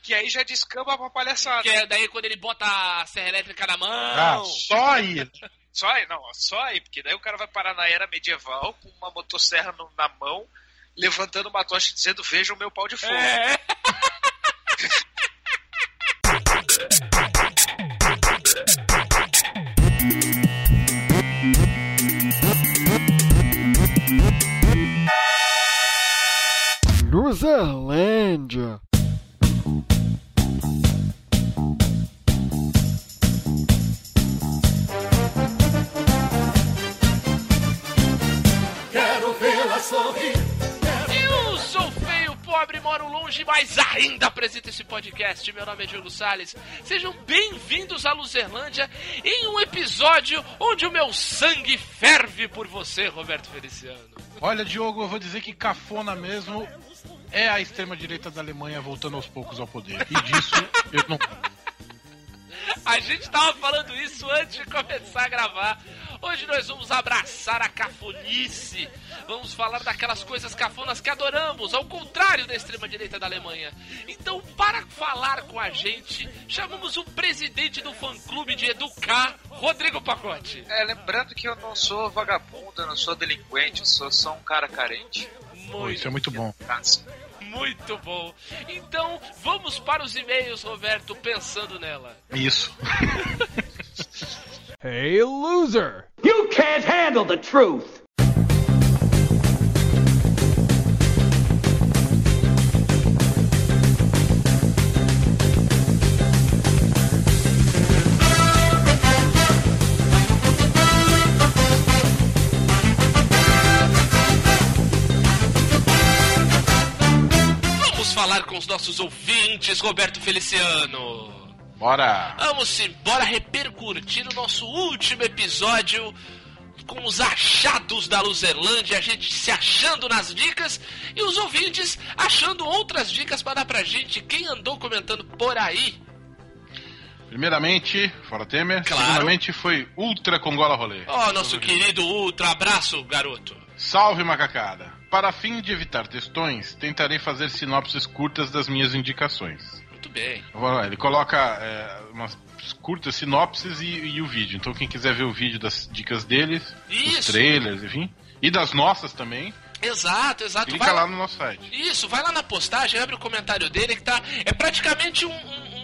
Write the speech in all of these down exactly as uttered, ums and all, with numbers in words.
Que aí já descamba pra palhaçada. Que é daí quando ele bota a serra elétrica na mão. Ah, só aí. Só aí, não, só aí, porque daí o cara vai parar na era medieval com uma motosserra no, na mão, levantando uma tocha dizendo, veja o meu pau de fogo. É. Luzerlândia. Quero vê-la sorrir. Eu sou feio, pobre, moro longe, mas ainda apresento esse podcast. Meu nome é Diogo Salles. Sejam bem-vindos à Luzerlândia em um episódio onde o meu sangue ferve por você, Roberto Feliciano. Olha, Diogo, eu vou dizer que cafona mesmo é a extrema-direita da Alemanha voltando aos poucos ao poder. E disso eu não... A gente tava falando isso antes de começar a gravar. Hoje nós vamos abraçar a cafonice. Vamos falar daquelas coisas cafonas que adoramos, ao contrário da extrema-direita da Alemanha. Então, para falar com a gente, chamamos o presidente do fã-clube de Educar, Rodrigo Pacote. É, lembrando que eu não sou vagabundo, eu não sou delinquente, eu sou só um cara carente. Muito, Isso é muito bom. muito bom. Então, vamos para os e-mails, Roberto, pensando nela. Isso. Hey, loser! You can't handle the truth. Vamos falar com os nossos ouvintes, Roberto Feliciano. Bora! Vamos embora repercutir o nosso último episódio com os achados da Luzerlândia, a gente se achando nas dicas e os ouvintes achando outras dicas para dar pra gente. Quem andou comentando por aí? Primeiramente, fora Temer. Claro. Segundamente foi Ultra Congola Rolê. Ó, oh, nosso querido Ultra, abraço, garoto. Salve, macacada! Para fim de evitar textões, tentarei fazer sinopses curtas das minhas indicações. Muito bem. Ele coloca é, umas curtas sinopses e, e o vídeo. Então quem quiser ver o vídeo das dicas deles, Isso. dos trailers, enfim, e das nossas também, Exato, exato. clica Vai lá no nosso site. Isso, vai lá na postagem, abre o comentário dele que tá... É praticamente um... um...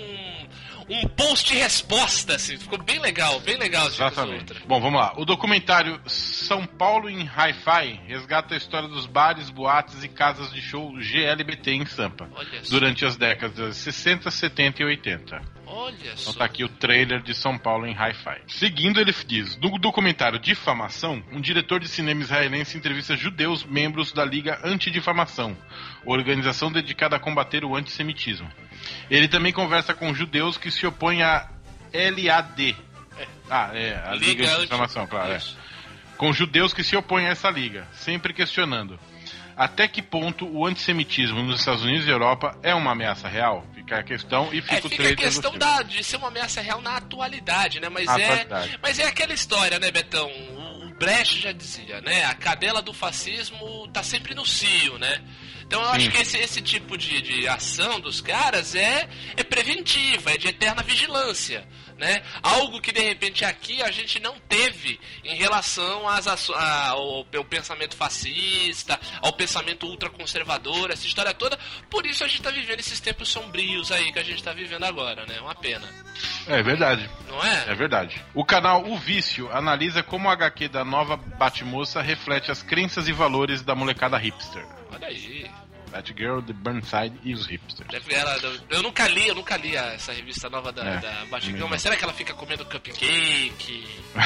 Um post-resposta, assim. Ficou bem legal, bem legal. Exatamente. Bom, vamos lá. O documentário São Paulo em Hi-Fi resgata a história dos bares, boates e casas de show G L B T em Sampa. Olha só. Durante as décadas sessenta, setenta e oitenta. Olha Então só. tá aqui o trailer de São Paulo em Hi-Fi. Seguindo, ele diz: no documentário Difamação, um diretor de cinema israelense entrevista judeus membros da Liga Antidifamação, organização dedicada a combater o antissemitismo. Ele também conversa com judeus que se opõem à L A D. É. Ah, é, a Liga, Liga Antidifamação, Anti... claro. É. Isso. Com judeus que se opõem a essa liga, sempre questionando até que ponto o antissemitismo nos Estados Unidos e Europa é uma ameaça real? Fica a questão e fica É, o fica a trailer questão do filme. da, de ser uma ameaça real na atualidade, né? Mas, Na é, atualidade. mas é aquela história, né, Betão? O, o Brecht já dizia, né? A cadela do fascismo tá sempre no cio, né? Então eu Sim. acho que esse, esse tipo de, de ação dos caras é, é preventiva, é de eterna vigilância, né? Algo que de repente aqui a gente não teve em relação às, aço- a, ao, ao pensamento fascista, ao pensamento ultraconservador, essa história toda. Por isso a gente tá vivendo esses tempos sombrios aí que a gente tá vivendo agora, né? Uma pena, É verdade. não é? É verdade. O canal O Vício analisa como o H Q da nova Batmoça reflete as crenças e valores da molecada hipster. Olha aí. Batgirl, The Burnside e os hipsters. Deve- ela- eu nunca li, eu nunca li a- essa revista nova da, É, da Batgirl, mesmo. mas será que ela fica comendo cupcake?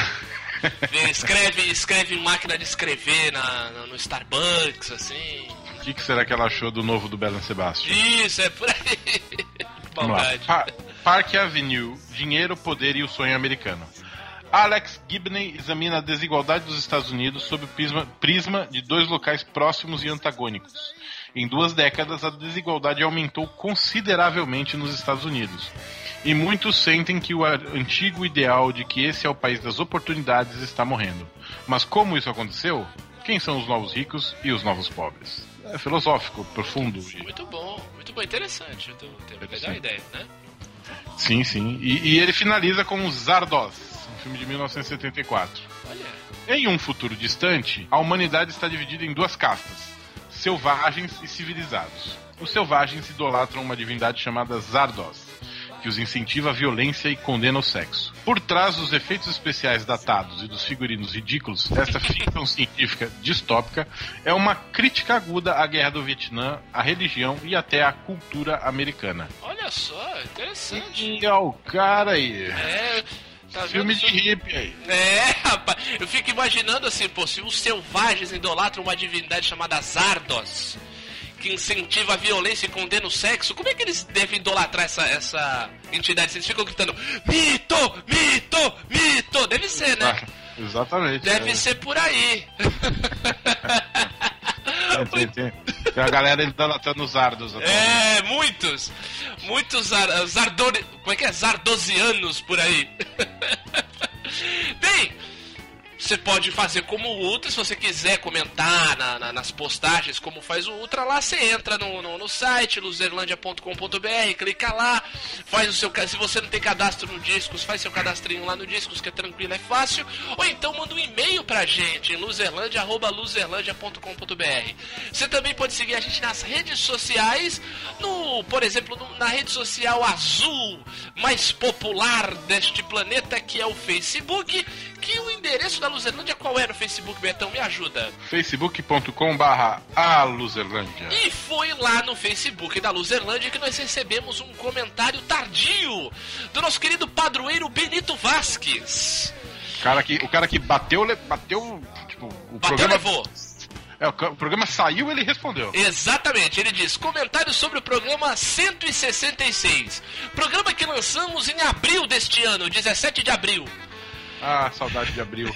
Vê, escreve, escreve em máquina de escrever na, na- no Starbucks, assim. O que, que será que ela achou do novo do Belen Sebastian? Isso, é por aí. Vamos lá. Maldade. Pa- Park Avenue, Dinheiro, Poder e o Sonho Americano. Alex Gibney examina a desigualdade dos Estados Unidos sob o prisma, prisma de dois locais próximos e antagônicos. Em duas décadas, a desigualdade aumentou consideravelmente nos Estados Unidos. E muitos sentem que o antigo ideal de que esse é o país das oportunidades está morrendo. Mas como isso aconteceu? Quem são os novos ricos e os novos pobres? É filosófico, profundo. Muito bom, muito Muito bom, interessante. Eu tô, tô, legal a ideia, né? Sim, sim. E, e ele finaliza com Zardoz, um filme de mil novecentos e setenta e quatro. Olha. Em um futuro distante, a humanidade está dividida em duas castas: selvagens e civilizados. Os selvagens idolatram uma divindade chamada Zardoz, que os incentiva à violência e condena o sexo. Por trás dos efeitos especiais datados e dos figurinos ridículos, esta ficção científica distópica é uma crítica aguda à guerra do Vietnã, à religião e até à cultura americana. Olha só, interessante. E ao cara aí. É... Tá Filme de hippie aí. É, rapaz, eu fico imaginando assim, pô, se os selvagens idolatram uma divindade chamada Zardoz, que incentiva a violência e condena o sexo, como é que eles devem idolatrar essa, essa entidade? Eles ficam gritando, mito, mito, mito, deve ser, né? Ah, exatamente. Deve é. ser por aí. Tem, tem, tem a galera idolatrando os Zardos. É, muitos. Muitos zar, zardori, como é que é? Zardozianos por aí. Bem, você pode fazer como o Ultra, se você quiser comentar na, na, nas postagens como faz o Ultra, lá você entra no, no, no site luzerlandia ponto com ponto b r, clica lá, faz o seu, se você não tem cadastro no Discos, faz seu cadastrinho lá no Discos, que é tranquilo, é fácil, ou então manda um e-mail pra gente em luzerlandia arroba luzerlandia ponto com ponto b r. Você também pode seguir a gente nas redes sociais, no, por exemplo, no, na rede social azul mais popular deste planeta, que é o Facebook, que o endereço da Luzerlândia qual é no Facebook, Betão? Me ajuda. facebook ponto com barra a Luzerlândia. E foi lá no Facebook da Luzerlândia que nós recebemos um comentário tardio do nosso querido padroeiro Benito Vasquez. O cara que, o cara que bateu, bateu, tipo, o Bateu, programa... levou. É, o programa saiu, ele respondeu. Exatamente, ele diz: comentário sobre o programa cento e sessenta e seis. Programa que lançamos em abril deste ano, dezessete de abril. Ah, saudade de abril.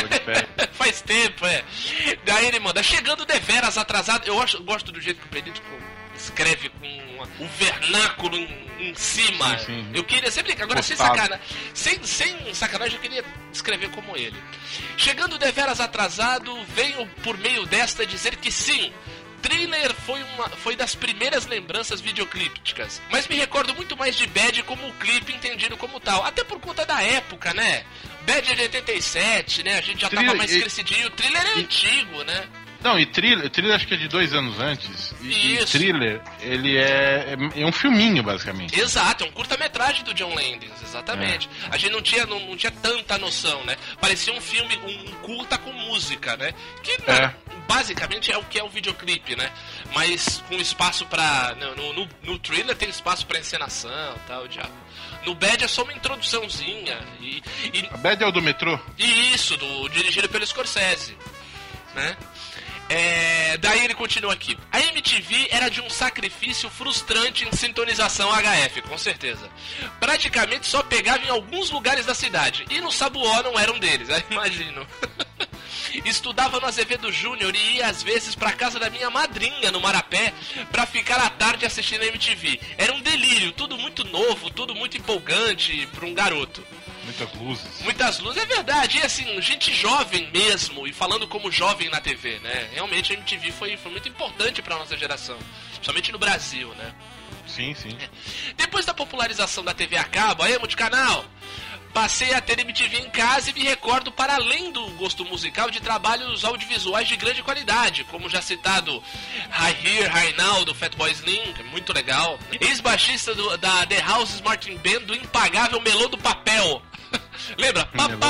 Faz tempo, é. Daí ele manda, chegando deveras atrasado. Eu acho, gosto do jeito que o Benito escreve com uma, um vernáculo em, em cima. Sim, sim. Eu queria sempre. Agora, sem sacanagem, sem, sem sacanagem, eu queria escrever como ele. Chegando deveras atrasado, venho por meio desta dizer que sim. Thriller foi, uma, foi das primeiras lembranças videoclípticas, mas me recordo muito mais de Bad como o clipe entendido como tal, até por conta da época, né? Bad é de oitenta e sete, né? A gente já thriller, tava mais e, crescidinho, o Thriller é e, antigo, né? Não, e Thriller, thriller acho que é de dois anos antes. E, Isso. e Thriller, ele é, é, é um filminho, basicamente. Exato, é um curta-metragem do John Landis, exatamente. É. A gente não tinha, não, não tinha tanta noção, né? Parecia um filme, um, um curta com música, né? Que é. basicamente é o que é o videoclipe, né? Mas com espaço pra... No, no, no Thriller tem espaço pra encenação e tal, diabo. No Bad é só uma introduçãozinha. E, e... A Bad é o do metrô? Isso, do, dirigido pelo Scorsese, né? É, daí ele continua aqui. A M T V era de um sacrifício frustrante em sintonização H F, com certeza. Praticamente só pegava em alguns lugares da cidade. E no Sabuó não era um deles, aí imagino. Estudava no Azevedo Júnior e ia às vezes pra casa da minha madrinha no Marapé pra ficar à tarde assistindo a M T V. Era um delírio, tudo muito novo, tudo muito empolgante pra um garoto. Muitas luzes. Muitas luzes, é verdade. E assim, gente jovem mesmo, e falando como jovem na T V, né? Realmente a M T V foi, foi muito importante pra nossa geração, principalmente no Brasil, né? Sim, sim. É. Depois da popularização da T V a cabo, aí, multicanal, passei a ter M T V em casa e me recordo, para além do gosto musical, de trabalhos audiovisuais de grande qualidade, como já citado High Here, High Now, do Fatboy Slim, que é muito legal. Ex-baixista do, da The House Martin Band, do impagável Melô do Papel. Lembra?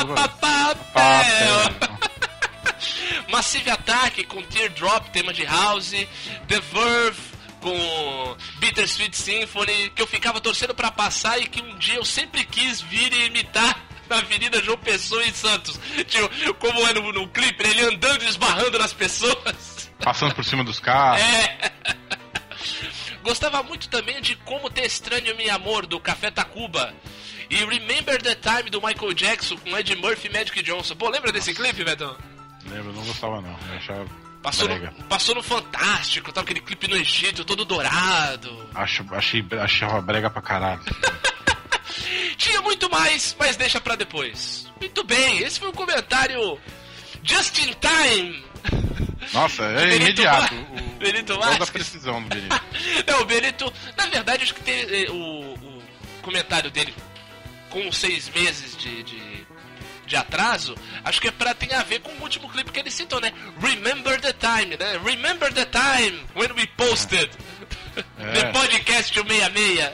Papel. Massive Attack com Teardrop, tema de House. The Verve com Bittersweet Symphony, que eu ficava torcendo pra passar e que um dia eu sempre quis vir e imitar na Avenida João Pessoa em Santos. Tipo, como é no, no clipe, ele andando e esbarrando nas pessoas. Passando por cima dos carros. É. Gostava muito também de Como Te Estranho Mi Amor, do Café Tacuba. E Remember the Time, do Michael Jackson, com Eddie Murphy e Magic Johnson. Pô, lembra desse clipe, Betão? Lembro, não gostava não. Eu achava passou no, passou no Fantástico, tal, aquele clipe no Egito, todo dourado. Acho, achei, achava brega pra caralho. Tinha muito mais, mas deixa pra depois. Muito bem, esse foi um comentário just in time Nossa, é Benito imediato. Va- O, Benito o gol da Vasquez. precisão do Benito. Não, o Benito, na verdade, acho que tem eh, o, o comentário dele com seis meses de, de, de atraso, acho que é pra ter a ver com o último clipe que ele citou, né? Remember the time, né? Remember the time when we posted É. the podcast cento e sessenta e seis.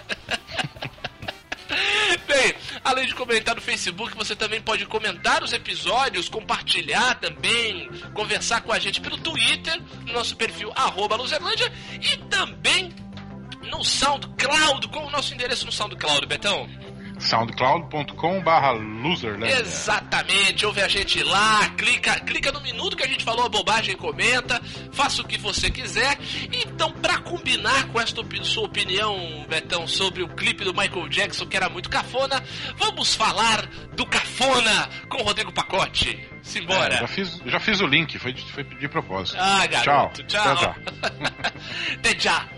Bem, além de comentar no Facebook, você também pode comentar os episódios, compartilhar também, conversar com a gente pelo Twitter, no nosso perfil arroba Luzerlândia, e também no SoundCloud. Qual o nosso endereço no SoundCloud, Betão? soundcloud ponto com barra loserland. Exatamente, ouve a gente lá, clica, clica no minuto que a gente falou a bobagem, comenta, faça o que você quiser. Então, pra combinar com esta opi- sua opinião, Betão, sobre o clipe do Michael Jackson, que era muito cafona, vamos falar do cafona com o Rodrigo Pacote. Simbora. É, já, fiz, já fiz o link, foi de, foi de propósito. Ah, garoto, tchau. Tchau. Até já.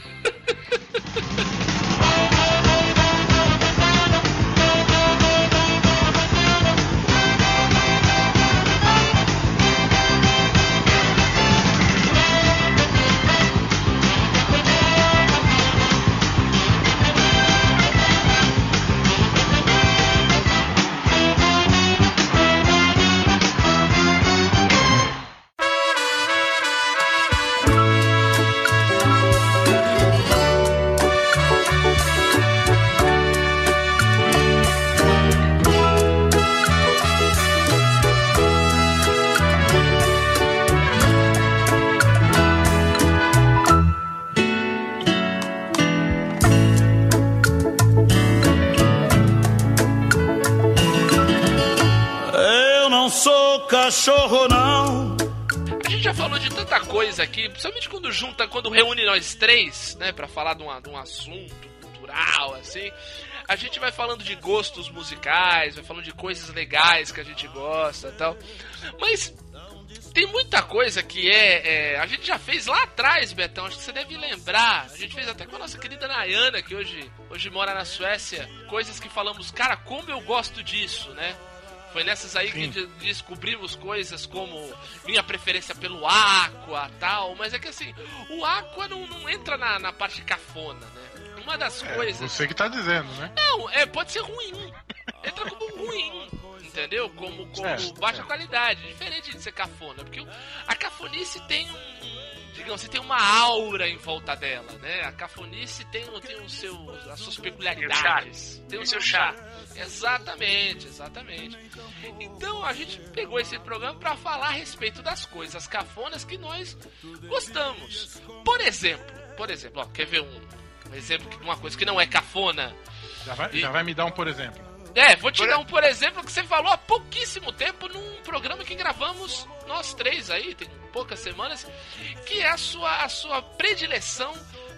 Cachorro não. A gente já falou de tanta coisa aqui, principalmente quando junta, quando reúne nós três, né, pra falar de, uma, de um assunto cultural, assim. A gente vai falando de gostos musicais, vai falando de coisas legais que a gente gosta e tal. Mas tem muita coisa que é, é... A gente já fez lá atrás, Betão, acho que você deve lembrar. A gente fez até com a nossa querida Nayana, que hoje, hoje mora na Suécia. Coisas que falamos, cara, como eu gosto disso, né? Foi nessas aí Sim. que de- descobrimos coisas como minha preferência pelo Aqua e tal, mas é que assim, o Aqua não, não entra na, na parte cafona, né? Uma das É, coisas... você que tá dizendo, né? Não, é, pode ser ruim. Entra como ruim, entendeu? Como, como Certo, baixa certo. qualidade, diferente de ser cafona, porque o- a cafonice tem um... Digamos, você tem uma aura em volta dela, né? A cafonice tem, tem os seus, as suas peculiaridades. Tem o seu charme. Exatamente, exatamente. Então a gente pegou esse programa para falar a respeito das coisas cafonas que nós gostamos. Por exemplo, por exemplo, ó, quer ver um, um exemplo de uma coisa que não é cafona? Já vai, E- já vai me dar um por exemplo. É, vou te dar um por exemplo que você falou há pouquíssimo tempo num programa que gravamos nós três aí, tem poucas semanas, que é a sua, a sua predileção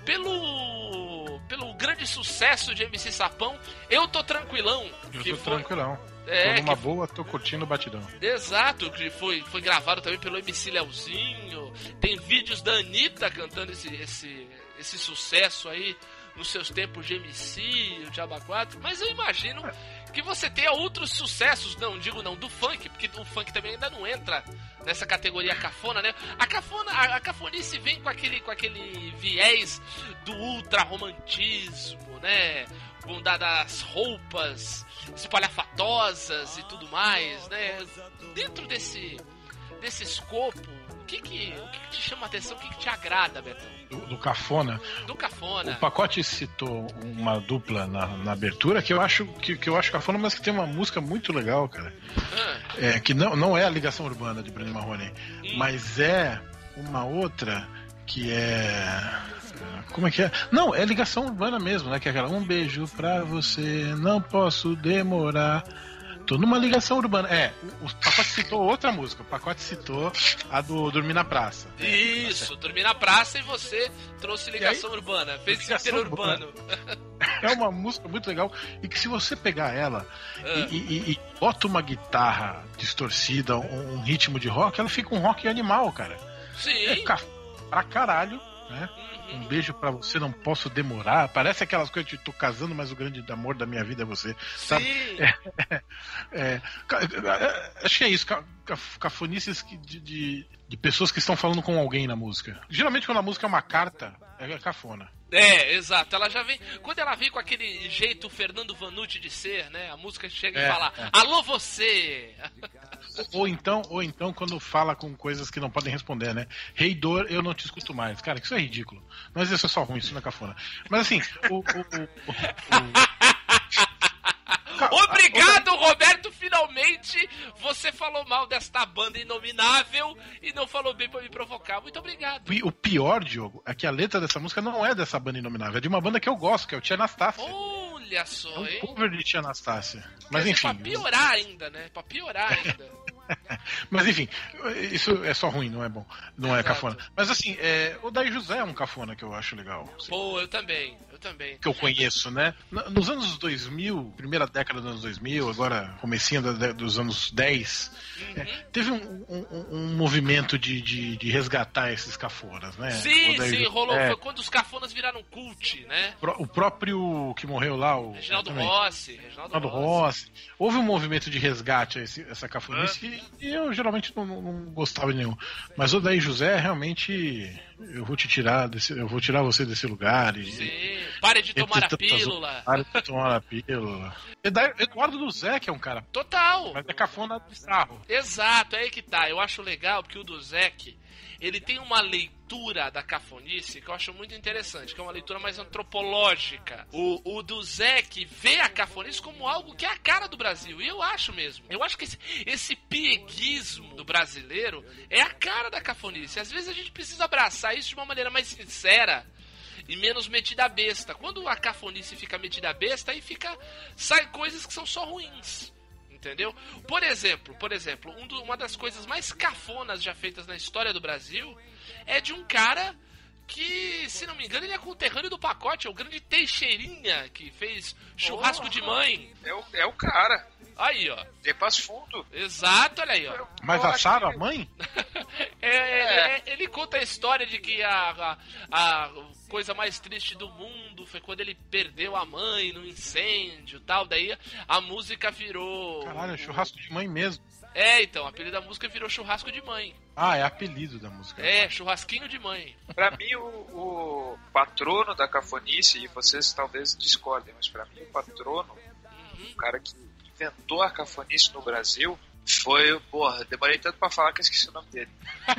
pelo pelo grande sucesso de M C Sapão, Eu Tô Tranquilão. Eu que tô foi, tranquilão. É, tô numa que- boa, tô curtindo o batidão. Exato, que foi, foi gravado também pelo M C Leozinho. Tem vídeos da Anitta cantando esse, esse, esse sucesso aí nos seus tempos de M C, o Diaba quatro. Mas eu imagino que você tenha outros sucessos, não digo não, do funk, porque o funk também ainda não entra nessa categoria cafona, né? A cafona, a, a cafonice vem com aquele, com aquele viés do ultra-romantismo, né? Com da, das roupas espalhafatosas e tudo mais, né? Dentro desse, desse escopo, o que que, o que que te chama a atenção, o que que te agrada, Betão? Do, do cafona. Do cafona. O Pacote citou uma dupla na, na abertura que eu acho que, que eu acho cafona, mas que tem uma música muito legal, cara. Ah, É, que não, não é a Ligação Urbana de Bruno Marrone, Hum. mas é uma outra que é. Como é que é? Não, é Ligação Urbana mesmo, né? Que é aquela Um beijo pra você, não posso demorar. Tô numa ligação urbana. É, o, o Pacote citou outra música. O Pacote citou a do Dormir na Praça. isso, dormir na praça e você trouxe ligação aí, urbana, fez ligação cemitério urbano. É uma música muito legal e que se você pegar ela Ah. e, e- e bota uma guitarra distorcida, um, um ritmo de rock, ela fica um rock animal, cara. Sim, É ca- pra caralho, né? Um beijo pra você, não posso demorar. Parece aquelas coisas de tô casando, mas o grande amor da minha vida é você. Sabe? Sim. É, é, é, acho que é isso, cafonices de, de, de pessoas que estão falando com alguém na música. Geralmente quando a música é uma carta, é cafona. É, exato. Ela já vem. Quando ela vem com aquele jeito Fernando Vanucci de ser, né? A música chega é, e fala: é. Alô, você! Ou então, ou então quando fala com coisas que não podem responder, né? Rei Dor, eu não te escuto mais. Cara, isso é ridículo. Mas isso é só ruim, isso não é cafona. Mas assim, o. o, o, o, o... Obrigado, Roberto! Finalmente você falou mal desta banda inominável e não falou bem pra me provocar. Muito obrigado. O pior, Diogo, é que a letra dessa música não é dessa banda inominável, é de uma banda que eu gosto, que é o Tia Anastácia. Olha só, é um hein? cover de Tia Anastácia. Mas Quer enfim. dizer, pra piorar ainda, né? Pra piorar ainda. Mas enfim, isso é só ruim, não é bom. Não é Exato. cafona. Mas assim, é, o Daí José é um cafona que eu acho legal. Assim, Pô, eu também, eu também. que eu conheço, né? Nos anos dois mil, primeira década dos anos dois mil, agora comecinho da, dos anos dez, Uhum. é, teve um, um, um movimento de, de, de resgatar esses cafonas, né? Sim, O Daí sim, José- rolou. é, Foi quando os cafonas viraram cult, né? o próprio que morreu lá, o Reginaldo também, Rossi. Reginaldo Reginaldo Rossi. Rossi. Houve um movimento de resgate a esse, essa cafonice e eu geralmente não, não, não gostava de nenhum. Mas o Daí José, realmente, eu vou te tirar desse, eu vou tirar você desse lugar. E, Sim, pare de tomar a entre tantas pílula. outras- Pare de tomar a pílula. Eda- Eduardo do Zé, que é um cara, Total. mas é cafona bizarro. Exato, é aí que tá. Eu acho legal porque o Duzek, ele tem uma leitura da cafonice que eu acho muito interessante, que é uma leitura mais antropológica. O, o Duzek vê a cafonice como algo que é a cara do Brasil, e eu acho mesmo. Eu acho que esse, esse pieguismo do brasileiro é a cara da cafonice. Às vezes a gente precisa abraçar isso de uma maneira mais sincera e menos metida a besta. Quando a cafonice fica metida a besta, aí fica, sai coisas que são só ruins. Entendeu? Por exemplo, por exemplo, um do, uma das coisas mais cafonas já feitas na história do Brasil é de um cara que, se não me engano, ele é conterrâneo do Pacote, é o grande Teixeirinha, que fez Churrasco Oh. de Mãe. É o, é o cara. Aí, ó. De Passo Fundo. Exato, olha aí, ó. Mas Eu a acho Sara, que- a mãe? É, é, é, ele conta a história de que a, a, a coisa mais triste do mundo foi quando ele perdeu a mãe no incêndio e tal. Daí a música virou. Caralho, é churrasco de mãe mesmo. É, então, o apelido da música virou Churrasco de Mãe. Ah, é apelido da música. É, churrasquinho de mãe. Pra mim, o, o patrono da cafonice, e vocês talvez discordem, mas pra mim o patrono, Uhum. o cara que inventou a cafonice no Brasil, foi, porra, demorei tanto pra falar que eu esqueci o nome dele.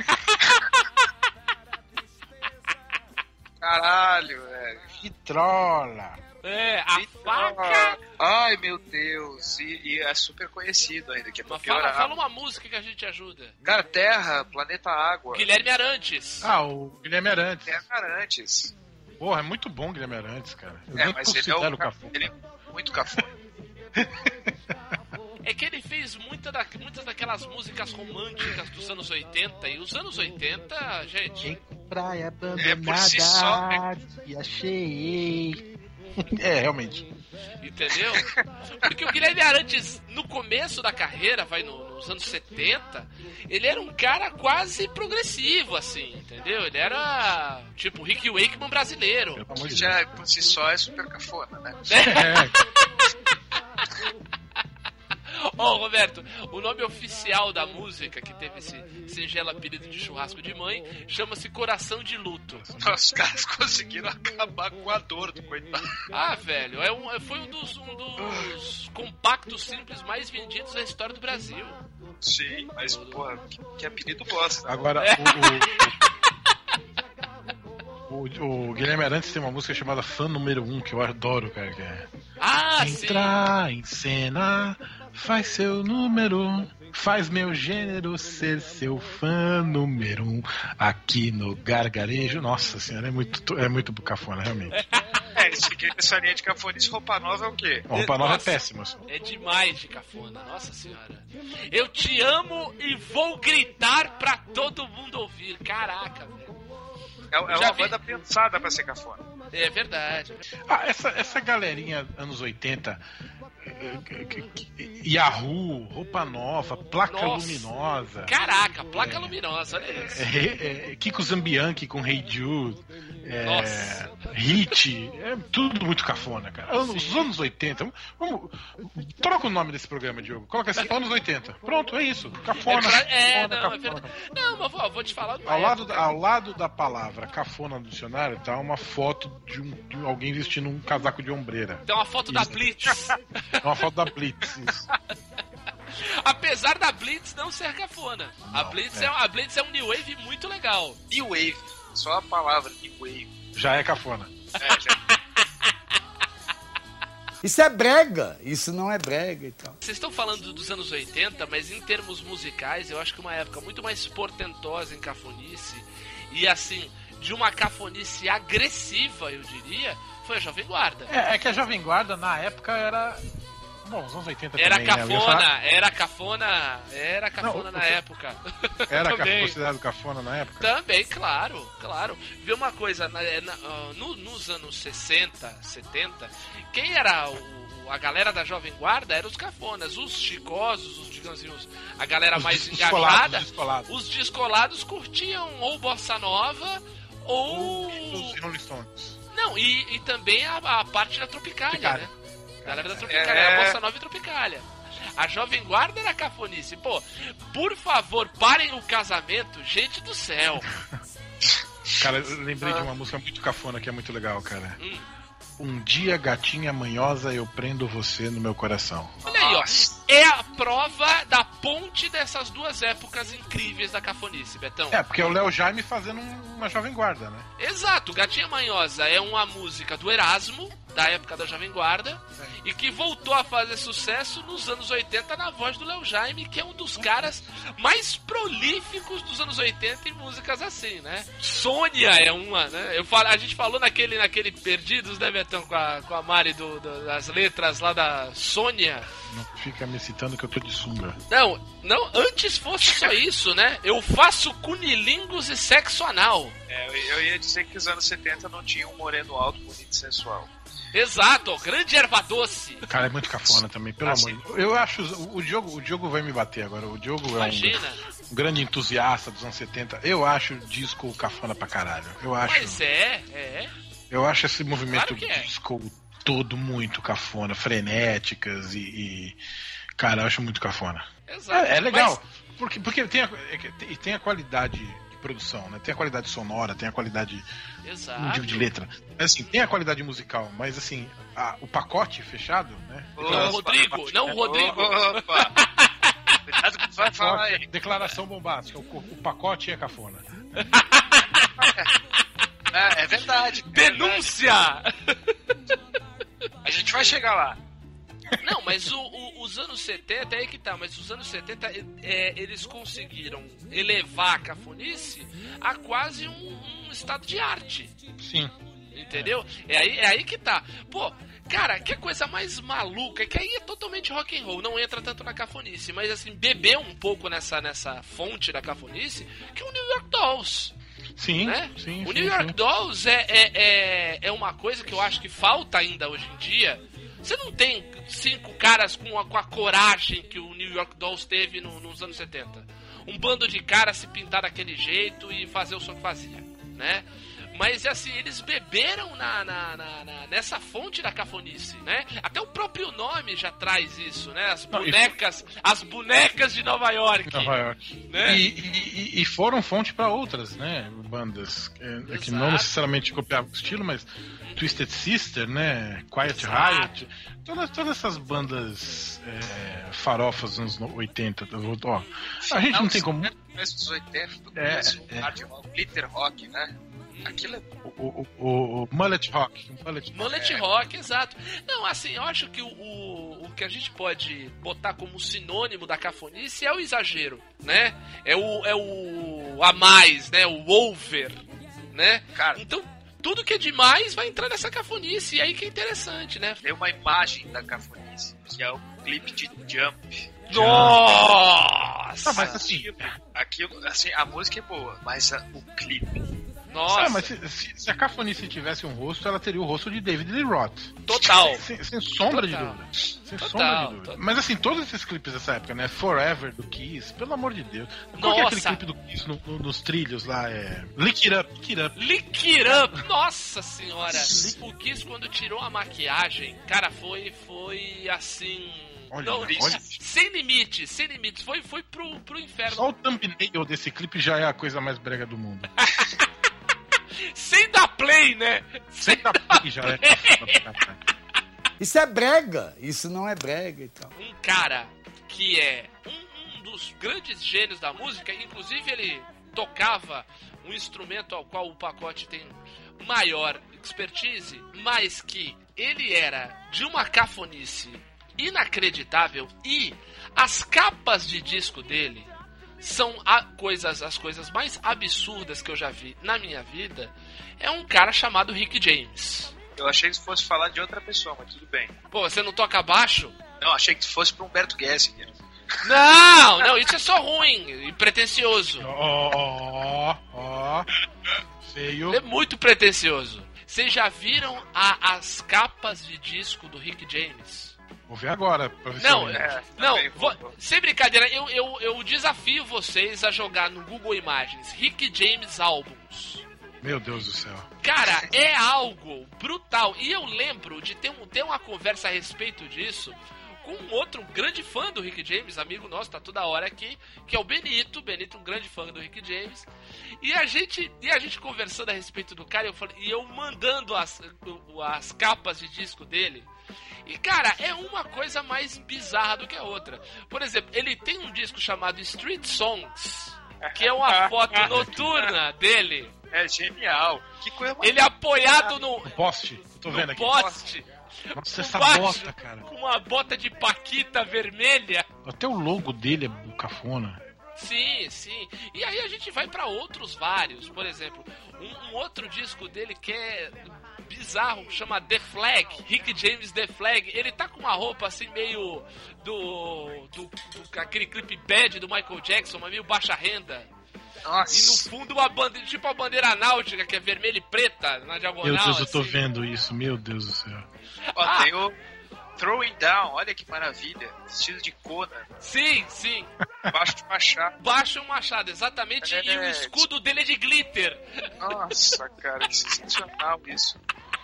Caralho, velho. Vitrola. É, a Vitor. faca. Ai, meu Deus. E, e é super conhecido ainda, que é pra Mas fala, piorar. fala uma música que a gente ajuda. Cara, Terra, Planeta Água. Guilherme Arantes. Ah, o Guilherme Arantes. Terra Arantes. Porra, é muito bom o Guilherme Arantes, cara. Eu É, nem mas ele é, considero o, cafona. ele é muito cafona. É que ele fez muita da, muitas daquelas músicas românticas dos anos oitenta. E os anos oitenta, gente. Praia É, por si só, né? e achei. É, realmente. Entendeu? Porque o Guilherme Arantes, no começo da carreira, vai no- nos anos setenta, ele era um cara quase progressivo, assim, entendeu? Ele era tipo Rick Wakeman brasileiro. Pelo amor de Deus. Já por si só é super cafona, né? É, Ô, oh, Roberto, o nome oficial da música, que teve esse singelo apelido de Churrasco de Mãe, chama-se Coração de Luto. Os caras conseguiram acabar com a dor do coitado. Ah, velho, é um, foi um dos, um dos compactos simples mais vendidos da história do Brasil. Sim, mas, porra, que, que apelido bosta. agora, o, o, o, o Guilherme Arantes tem uma música chamada Fã Número um, que eu adoro, cara. Que é... Ah, sim. Entrar em cena, faz seu número, faz meu gênero ser seu fã número um. Aqui no gargarejo. Nossa senhora, é muito, é muito cafona, realmente. É, esse, essa linha de cafonice, roupa nova é o quê? A roupa nova é Nossa. péssima. Só. É demais de cafona, nossa senhora. Eu te amo e vou gritar pra todo mundo ouvir. Caraca, velho. É, é Já uma vi- banda pensada pra ser cafona. É verdade. Ah, essa, essa galerinha anos oitenta, Yahoo, roupa nova, placa Nossa. luminosa. Caraca, placa é, luminosa, olha isso. É, é, Kiko Zambianchi com Hey Jude. É, Nossa. Hit, é tudo muito cafona, cara. Os Sim. anos oitenta. Vamos, troca o nome desse programa, Diogo. Coloca assim, anos oitenta. Pronto, é isso. Cafona. É, cafona, não, cafona, é verdade. cafona. Não, mas vou, vou te falar do ao lado, da, ao lado da palavra cafona no dicionário tá uma foto de, um, de alguém vestindo um casaco de ombreira. Tem uma foto isso. da Blitz. É uma foto da Blitz, isso. Apesar da Blitz não ser cafona. Não, a, Blitz é. É, a Blitz é um new wave muito legal. New wave. Só a palavra new wave. Já é cafona. É, já. Isso é brega, isso não é brega e tal. Vocês estão falando dos anos oitenta, mas em termos musicais, eu acho que uma época muito mais portentosa em cafonice, e assim, de uma cafonice agressiva, eu diria, foi a Jovem Guarda. É, é que a Jovem Guarda, na época, era... Bom, os anos oitenta era também, cafona, né? falar... era cafona, era cafona não, na época. Era considerado cafona na época? Também, claro, claro. Vê uma coisa, na, na, no, nos anos sessenta, setenta, quem era o, a galera da Jovem Guarda eram os cafonas, os chicosos, os, digamos assim, a galera os mais engajada. Os descolados. Os descolados curtiam ou bossa nova ou... Os Rolling Stones. Não, e, e também a, a parte da Tropicália, Tropicália. né? Galera da Tropicália, é... era Bossa Nova e Tropicália. A Jovem Guarda era cafonice. Pô, por favor, parem o casamento, gente do céu. Cara, eu lembrei ah. de uma música muito cafona que é muito legal, cara. Hum. Um dia, gatinha manhosa, eu prendo você no meu coração. Olha aí, ó. É a prova da ponte dessas duas épocas incríveis da cafonice, Betão. É, porque é o Léo Jaime fazendo uma Jovem Guarda, né? Exato. Gatinha Manhosa é uma música do Erasmo, da época da Jovem Guarda, é. e que voltou a fazer sucesso nos anos oitenta na voz do Léo Jaime, que é um dos caras mais prolíficos dos anos oitenta em músicas assim, né? Sônia é uma, né? Eu falo, a gente falou naquele, naquele Perdidos, né, Betão, com a, com a Mari do, do, das letras lá da Sônia. Não fica me citando que eu tô de sunga. Não, não, antes fosse só isso, né? Eu faço cunilingus e sexo anal. É, eu, eu ia dizer que os anos setenta não tinham um moreno alto, bonito e sensual. Exato, ó, grande erva doce. Cara, é muito cafona também, pelo assim. amor de Deus. Eu acho, o, o Diogo, o Diogo vai me bater agora. O Diogo Imagina. é um, um grande entusiasta dos anos setenta. Eu acho disco cafona pra caralho. Eu acho. Mas é, é. Eu acho esse movimento claro é. disco todo muito cafona, frenéticas e, e... Cara, eu acho muito cafona. Exato. É, é legal, mas... porque, porque tem, a, tem a qualidade de produção, né? Tem a qualidade sonora, tem a qualidade Exato. De, de letra. Assim, tem a qualidade musical, mas assim, a, o pacote fechado, né? Não, Rodrigo, não, Rodrigo. Opa. Cuidado que tu vai falar aí. Declaração bombástica, o, o pacote é cafona. É, é verdade. Denúncia! A gente vai chegar lá. Não, mas o, o, os anos setenta, é aí que tá, mas os anos setenta, é, eles conseguiram elevar a cafonice a quase um, um estado de arte. Sim. Entendeu? É aí, é aí que tá. Pô, cara, que coisa mais maluca, que aí é totalmente rock and roll, não entra tanto na cafonice, mas assim, bebeu um pouco nessa, nessa fonte da cafonice, que é o New York Dolls. Sim, né? sim, o sim, New York sim. Dolls é, é, é, é uma coisa que eu acho que falta ainda hoje em dia. Você não tem cinco caras com a, com a coragem que o New York Dolls teve no, nos anos setenta. Um bando de caras se pintar daquele jeito e fazer o som que fazia, né? Mas assim, eles beberam na, na, na, na, nessa fonte da cafonice, né? Até o próprio nome já traz isso, né? As bonecas, as bonecas de Nova York. Nova York. Né? E, e, e foram fonte para outras, né? Bandas é, que não necessariamente copiavam o estilo, mas Twisted Sister, né? Quiet Exato. Riot, todas, todas essas bandas é, farofas dos anos oitenta. Ó, a gente não, não tem como. Começo dos oitenta, do é, começo, é. hard rock, glitter rock, né? Aquilo é... O, o, o, o Mullet Rock. O mullet mullet é. Rock, exato. Não, assim, eu acho que o, o, o que a gente pode botar como sinônimo da cafonice é o exagero, né? É o, é o a mais, né? O over, né? Cara, então, tudo que é demais vai entrar nessa cafonice, e aí que é interessante, né? Tem uma imagem da cafonice, que é o clipe de Jump. Nossa! Ah, mas assim, aquilo, assim, a música é boa, mas a, o clipe... Nossa. Ah, mas se, se, se a cafonice tivesse um rosto, ela teria o rosto de David Lee Roth. Total. Sem, sem sombra Total. de dúvida. Sem Total, sombra de dúvida. total. Mas assim, todos esses clipes dessa época, né? Forever do Kiss, pelo amor de Deus. Qual que é aquele Nossa. clipe do Kiss no- no- nos trilhos lá? É. Lick It Up, Lick It Up. Lick It Up, nossa senhora. O Kiss quando tirou a maquiagem, cara, foi, foi assim... Olha, não, olha. sem limites, sem limites. Foi, foi pro, pro inferno. Só o thumbnail desse clipe já é a coisa mais brega do mundo. Sem dar play, né? Sem dar play já é. Isso é brega. Isso não é brega e tal. Um cara que é um, um dos grandes gênios da música, inclusive ele tocava um instrumento ao qual o Pacote tem maior expertise, mas que ele era de uma cafonice inacreditável e as capas de disco dele são a coisas, as coisas mais absurdas que eu já vi na minha vida. É um cara chamado Rick James. Eu achei que fosse falar de outra pessoa, mas tudo bem. Pô, você não toca baixo? Não, achei que fosse pro Humberto Gessinger. Não, não, isso é só ruim e pretencioso. Ó, ó, feio. É muito pretencioso. Vocês já viram a- as capas de disco do Rick James? Vou ver agora. Pra ver Não, se eu- É, não, também, vo- vou- sem brincadeira, eu, eu, eu desafio vocês a jogar no Google Imagens Rick James Albums. Meu Deus do céu. Cara, é algo brutal. E eu lembro de ter, um, ter uma conversa a respeito disso com um outro grande fã do Rick James, amigo nosso, tá toda hora aqui, que é o Benito. Benito, um grande fã do Rick James. E a gente, e a gente conversando a respeito do cara, eu falei, e eu mandando as, as capas de disco dele. E, cara, é uma coisa mais bizarra do que a outra. Por exemplo, ele tem um disco chamado Street Songs, que é uma foto noturna dele. É genial. Que coisa mais... Ele apoiado no, O poste, tô vendo no aqui. poste, Nossa, essa baixo, bota, cara. com uma bota de paquita vermelha. Até o logo dele é cafona. Sim, sim. E aí a gente vai pra outros vários. Por exemplo, um, um outro disco dele que é bizarro, chama The Flag, Rick James The Flag. Ele tá com uma roupa assim meio do, do, do aquele clipe Bad do Michael Jackson, mas meio baixa renda. Nossa. E no fundo uma bandeira, tipo a bandeira náutica, que é vermelha e preta na diagonal. Meu Deus, eu tô assim. vendo isso. Meu Deus do céu. Ó, Ah. tem o Throwing Down, olha que maravilha. Vestido de Conan, Sim, sim. baixo de machado. Baixo um machado, exatamente. É. E o escudo dele é de glitter. Nossa, cara, que sensacional isso.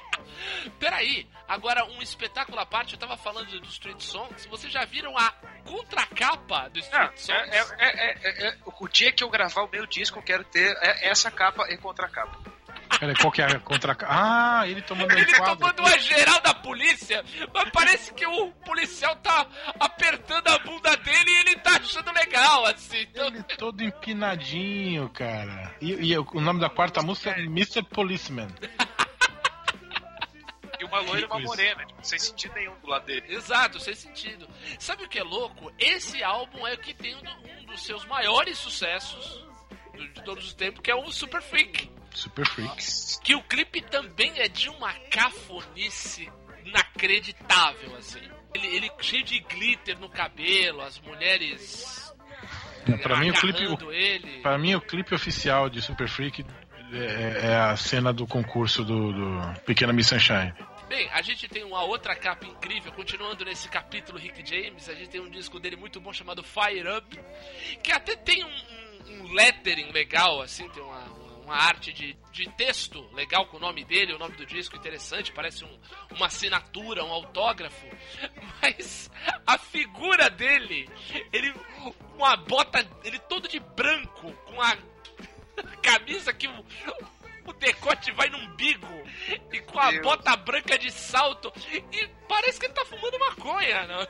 Peraí, agora um espetáculo à parte, eu tava falando do Street Songs, vocês já viram a contracapa do Não, Street Songs? é, é, é, é, é, o dia que eu gravar o meu disco, eu quero ter é, essa capa e contracapa. Peraí, qual que é a contra... Ah, ele tomando um Ele quadro. tomando uma geral da polícia, mas parece que o policial tá apertando a bunda dele e ele tá achando legal, assim. Então, Ele todo empinadinho, cara. E, e o nome da quarta música é mister Policeman. E uma loira e uma Isso. morena, tipo, sem sentido nenhum do lado dele. exato, sem sentido. Sabe o que é louco? Esse álbum é o que tem um, do- um dos seus maiores sucessos do- de todos os tempos, que é o Super Freak. Super Freak. Que o clipe também é de uma cafonice inacreditável, assim. Ele, ele cheio de glitter no cabelo, as mulheres É, pra mim, o clipe, agarrando o, ele. pra mim, o clipe oficial de Super Freak é, é a cena do concurso do, do Pequena Miss Sunshine. Bem, a gente tem uma outra capa incrível, continuando nesse capítulo Rick James, a gente tem um disco dele muito bom chamado Fire Up, que até tem um, um, um lettering legal, assim, tem uma, uma arte de, de texto legal com o nome dele, o nome do disco interessante, parece um, uma assinatura, um autógrafo, mas a figura dele, ele com uma bota, ele todo de branco, com a camisa que o, o decote vai no umbigo e com a Deus. bota branca de salto e parece que ele tá fumando maconha, não?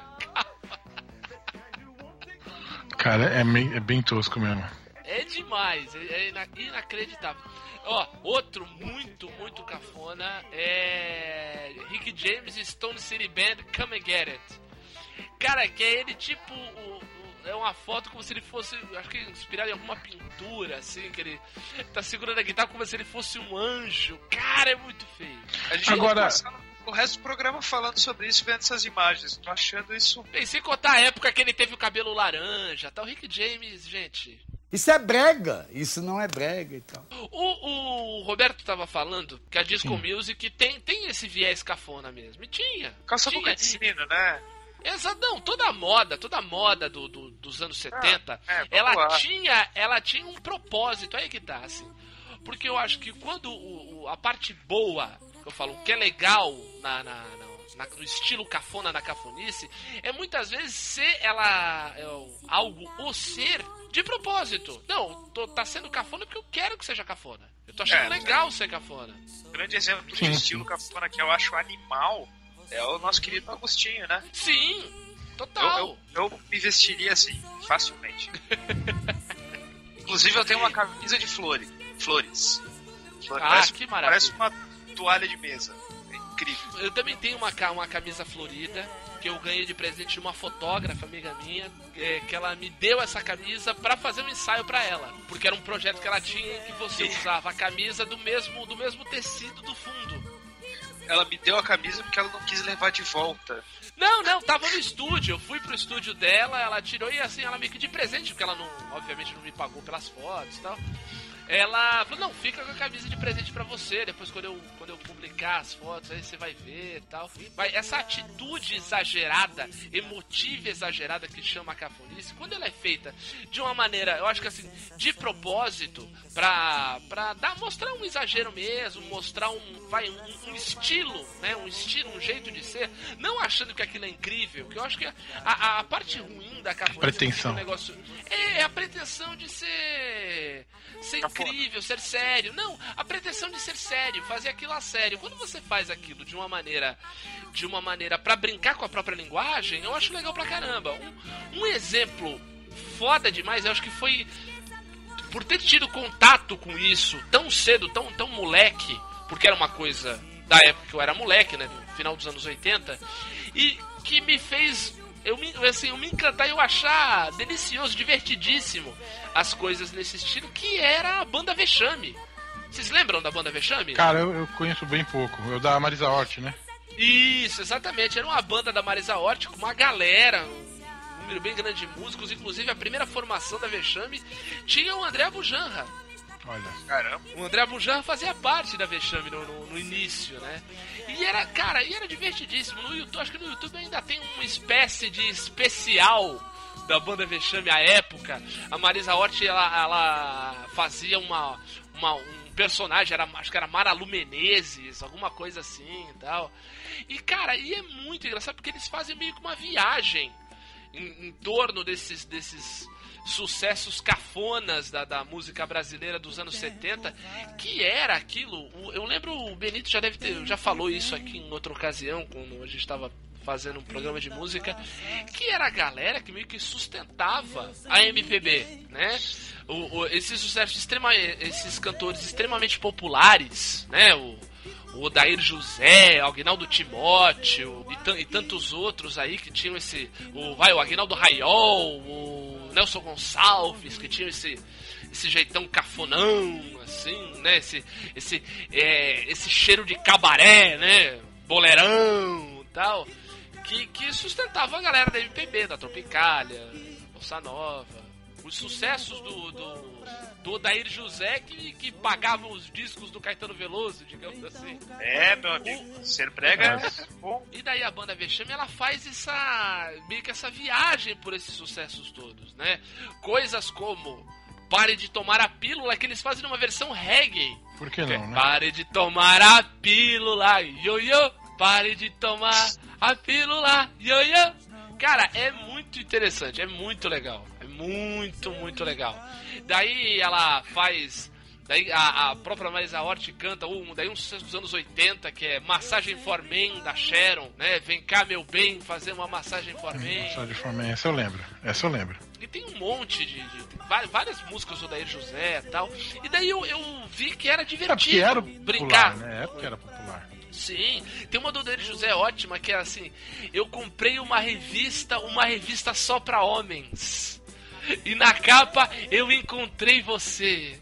Cara, é, meio- é bem tosco mesmo. É demais, é é ina- inacreditável. Ó, outro muito, muito cafona é Rick James e Stone City Band Come and Get It. Cara, que é ele tipo o- o- é uma foto como se ele fosse, acho que inspirado em alguma pintura, assim, que ele tá segurando a guitarra como se ele fosse um anjo. Cara, é muito feio. A gente Agora- vai passar o resto do programa falando sobre isso, vendo essas imagens. Tô achando isso... Bem, sem contar a época que ele teve o cabelo laranja, tá? O Rick James, gente, Isso é brega, isso não é brega e tal. O, o Roberto tava falando que a Disco Sim. Music tem, tem esse viés cafona mesmo. E tinha. Calça tinha. boca de sino, né? Exatão, toda a moda, toda a moda do, do- dos anos setenta, é, vamos ela lá. tinha, ela tinha um propósito, aí que tá, assim. Porque eu acho que quando o, o- a parte boa, que eu falo, o que é legal na, na- na- na- no estilo cafona, na cafonice, é muitas vezes ser ela é, o- algo, o ser, de propósito. Não, tô, tá sendo cafona porque eu quero que seja cafona. Eu tô achando É. legal ser cafona. Um grande exemplo de Sim, estilo sim. cafona que eu acho animal é o nosso querido Agostinho, né? Sim, Eu, total. eu, eu me vestiria assim, facilmente. Inclusive eu tenho uma camisa de flores. Flores. Flores. Ah, parece, que maravilha. parece uma toalha de mesa. É incrível. Eu também tenho uma, ca- uma camisa florida que eu ganhei de presente de uma fotógrafa amiga minha, é, que ela me deu essa camisa pra fazer um ensaio pra ela, porque era um projeto que ela tinha em que você usava a camisa do mesmo, do mesmo tecido do fundo. Ela me deu a camisa porque ela não quis levar de volta. Não, não, tava no estúdio, eu fui pro estúdio dela, ela tirou e assim, ela me pediu de presente, porque ela não, obviamente não me pagou pelas fotos e tal. Ela falou, não, fica com a camisa de presente pra você, depois quando eu, quando eu publicar as fotos, aí você vai ver e tal. Mas essa atitude exagerada, emotiva exagerada que chama a cafonice, quando ela é feita de uma maneira, eu acho que assim, de propósito, pra, pra dar, mostrar um exagero mesmo, mostrar um, vai, um, um estilo, né, um estilo, um jeito de ser, não achando que aquilo é incrível, que eu acho que a, a, a parte ruim da cafonice Pretensão. é um negócio, é, é a pretensão de ser, ser incrível, ser sério. Não, a pretensão de ser sério, fazer aquilo a sério. Quando você faz aquilo de uma maneira, de uma maneira pra brincar com a própria linguagem, eu acho legal pra caramba. Um, um exemplo foda demais, eu acho que foi por ter tido contato com isso tão cedo, tão, tão moleque, porque era uma coisa da época que eu era moleque, né, no final dos anos oitenta, e que me fez eu me, assim, eu me encantar e eu achar delicioso, divertidíssimo as coisas nesse estilo, que era a banda Vexame. Vocês lembram da banda Vexame? Cara, eu, eu conheço bem pouco. Eu da Marisa Hort, né? Isso, exatamente. Era uma banda da Marisa Hort com uma galera, um número bem grande de músicos. Inclusive, a primeira formação da Vexame tinha o André Bujanra. Olha. Caramba. O André Bujanra fazia parte da Vexame no, no, no início, né? E era, cara, e era divertidíssimo. No YouTube, acho que no YouTube ainda tem uma espécie de especial da banda Vexame à época. A Marisa Hort, ela, ela fazia uma, uma, um personagem, era, acho que era Maralu Menezes, alguma coisa assim e tal. E, cara, e é muito engraçado porque eles fazem meio que uma viagem em, em torno desses... desses sucessos cafonas da, da música brasileira dos anos setenta, que era aquilo, eu lembro, o Benito já deve ter, já falou isso aqui em outra ocasião, quando a gente estava fazendo um programa de música, que era a galera que meio que sustentava a M P B, né? O, o, esses sucessos extrema, esses cantores extremamente populares, né? O, o Odair José, o Aguinaldo Timóteo e, t- e tantos outros aí que tinham esse, o, vai, o Aguinaldo Raiol, o Nelson Gonçalves, que tinham esse, esse jeitão cafonão, assim, né? Esse, esse, é, esse cheiro de cabaré, né? Bolerão e tal, que, que sustentava a galera da M P B, da Tropicália, Bossa Nova. Os sucessos do, do, do Odair José que, que pagavam os discos do Caetano Veloso, digamos assim. É, meu amigo. Ser brega é bom. E daí a banda Vexame, ela faz essa, meio que essa viagem por esses sucessos todos, né? Coisas como Pare de Tomar a Pílula, que eles fazem numa versão reggae. Por que não, né? Pare de tomar a pílula, ioiô. Pare de tomar a pílula, ioiô. Cara, é muito interessante, é muito legal. É muito, muito legal. Daí ela faz... Daí a, a própria Marisa Hort canta um, daí um sucesso dos anos oitenta, que é Massagem for Men, da Sharon, né? Vem cá, meu bem, fazer uma massagem for Men. Só de forma, essa eu lembro. Essa eu lembro. E tem um monte de... de várias, várias músicas do Odair José e tal. E daí eu, eu vi que era É porque divertido era brincar. popular, né? É porque era popular. Sim, tem uma do Odair José ótima, que é assim, eu comprei uma revista, uma revista só pra homens. E na capa eu encontrei você.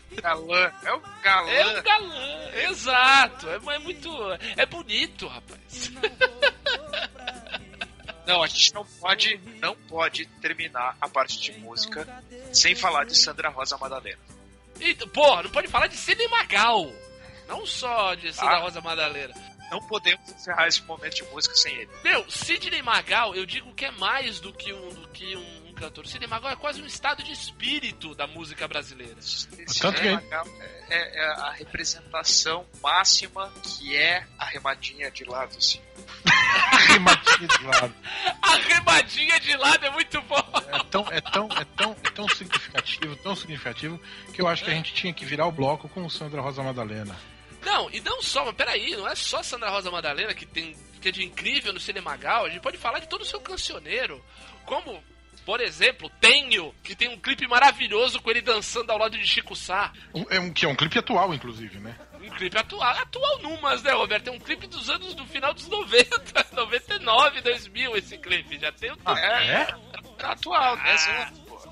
Galã. É o galã. É um galã, exato. É, é muito. É bonito, rapaz. Não, a gente não pode, não pode terminar a parte de música sem falar de Sandra Rosa Madalena. E, porra, não pode falar de Sidney Magal. Não só de Sandra Ah. Rosa Madalena. Não podemos encerrar esse momento de música sem ele. Meu, Sidney Magal, eu digo que é mais do que um, do que um, um cantor. Sidney Magal é quase um estado de espírito da música brasileira. Tanto que- É, é a representação máxima que é a remadinha de lado, assim. Remadinha de lado. A remadinha de lado é muito bom. É tão, é, tão, é, tão, é tão significativo, tão significativo, que eu acho que a gente tinha que virar o bloco com o Sandra Rosa Madalena. Não, e não só, mas peraí, não é só Sandra Rosa Madalena que tem que é de incrível no Sidney Magal, a gente pode falar de todo o seu cancioneiro, como, por exemplo, Tenho, que tem um clipe maravilhoso com ele dançando ao lado de Chico Sá. Um, é um, que é um clipe atual, inclusive, né? Um clipe atual, atual numas, né, Roberto? É um clipe dos anos, do final dos noventa, noventa e nove, dois mil esse clipe, já tem um Ah, tempinho. é? Tá atual, né? Ah.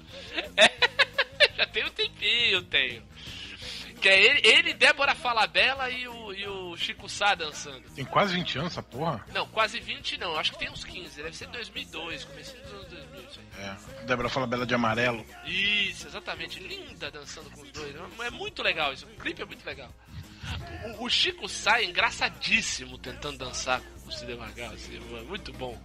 Já tem um tempinho, tenho. Que é ele, ele Débora Falabella e o, e o Chico Sá dançando. Tem quase vinte anos essa porra. Não, quase vinte não, acho que tem uns quinze, deve ser dois mil e dois, comecinho dos anos dois mil, isso aí. É. Débora Falabella de amarelo. Isso, exatamente, linda dançando com os dois, é muito legal isso, o clipe é muito legal. O, o Chico Sá é engraçadíssimo tentando dançar com o Sidney Magal, assim, é muito bom.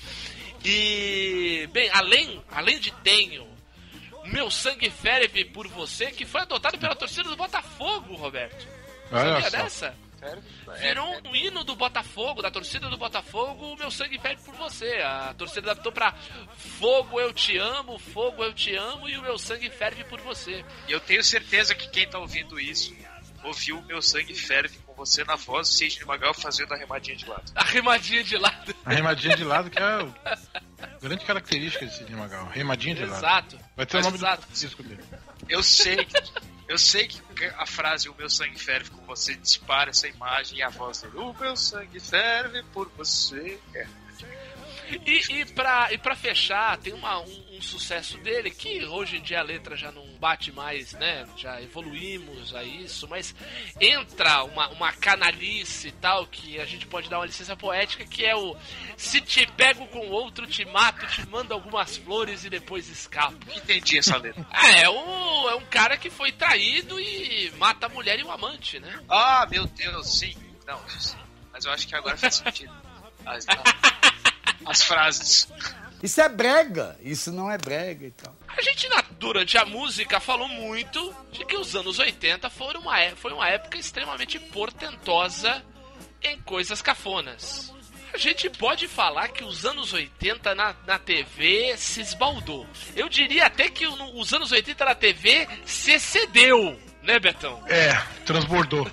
E, bem, além, além de Tenho, Meu Sangue Ferve por Você, que foi adotado pela torcida do Botafogo, Roberto. Olha Sabia só. dessa? Virou um hino do Botafogo, da torcida do Botafogo, Meu Sangue Ferve por Você. A torcida adaptou pra Fogo Eu Te Amo, Fogo Eu Te Amo e o Meu Sangue Ferve por Você. E eu tenho certeza que quem tá ouvindo isso ouviu o Meu Sangue Ferve com você na voz do Sidney Magal fazendo a remadinha de lado. A remadinha de lado. A remadinha de lado, que é a grande característica de Sidney Magal. Remadinha de lado. Exato. Vai ter o Mas nome exato. do disco dele. Eu sei que, eu sei que a frase O Meu Sangue Ferve com você dispara essa imagem e a voz dele. O meu sangue ferve por você. É. E, e, pra, e pra fechar, tem uma, um, um sucesso dele, que hoje em dia a letra já não bate mais, né? Já evoluímos a isso, mas entra uma, uma canalice e tal, que a gente pode dar uma licença poética, que é o se te pego com outro, te mato, te mando algumas flores e depois escapo. Não entendi essa letra. É, é, o, é um cara que foi traído e mata a mulher e o amante, né? Ah, meu Deus, sim. Não, isso sim. Mas eu acho que agora faz sentido. As, as frases. Isso é brega, isso não é brega e tal. A gente, na- durante a música, falou muito de que os anos oitenta foram uma, é- foi uma época extremamente portentosa em coisas cafonas. A gente pode falar que os anos oitenta na, na T V se esbaldou. Eu diria até que o- os anos oitenta na T V se excedeu, né, Betão? É, transbordou.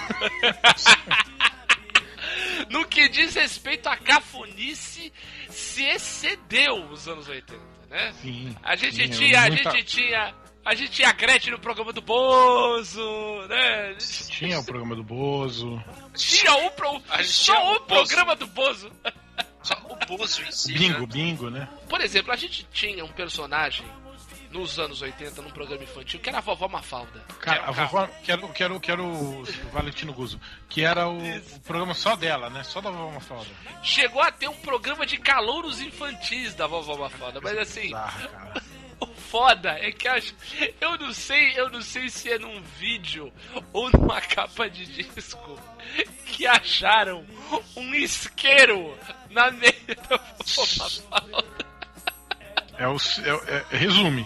No que diz respeito à cafonice, se excedeu os anos oitenta, né? Sim. A gente sim, tinha, a muita- gente tinha, a gente tinha a Gretchen no programa do Bozo, né? Tinha o programa do Bozo. Tinha um pro, A gente tinha só o o Bozo. programa do Bozo. Só o Bozo em si. Bingo, né? bingo, né? Por exemplo, a gente tinha um personagem nos anos oitenta num programa infantil que era a Vovó Mafalda. Cara, a vovó, que era, que era, que era o Valentino Guzzo, que era o, o programa só dela, né? Só da vovó Mafalda. Chegou a ter um programa de calouros infantis da Vovó Mafalda, mas assim, Bizarra, cara. o foda é que eu, acho, eu não sei, eu não sei se é num vídeo ou numa capa de disco que acharam um isqueiro na meia da Vovó Mafalda. É o, é, é, resume.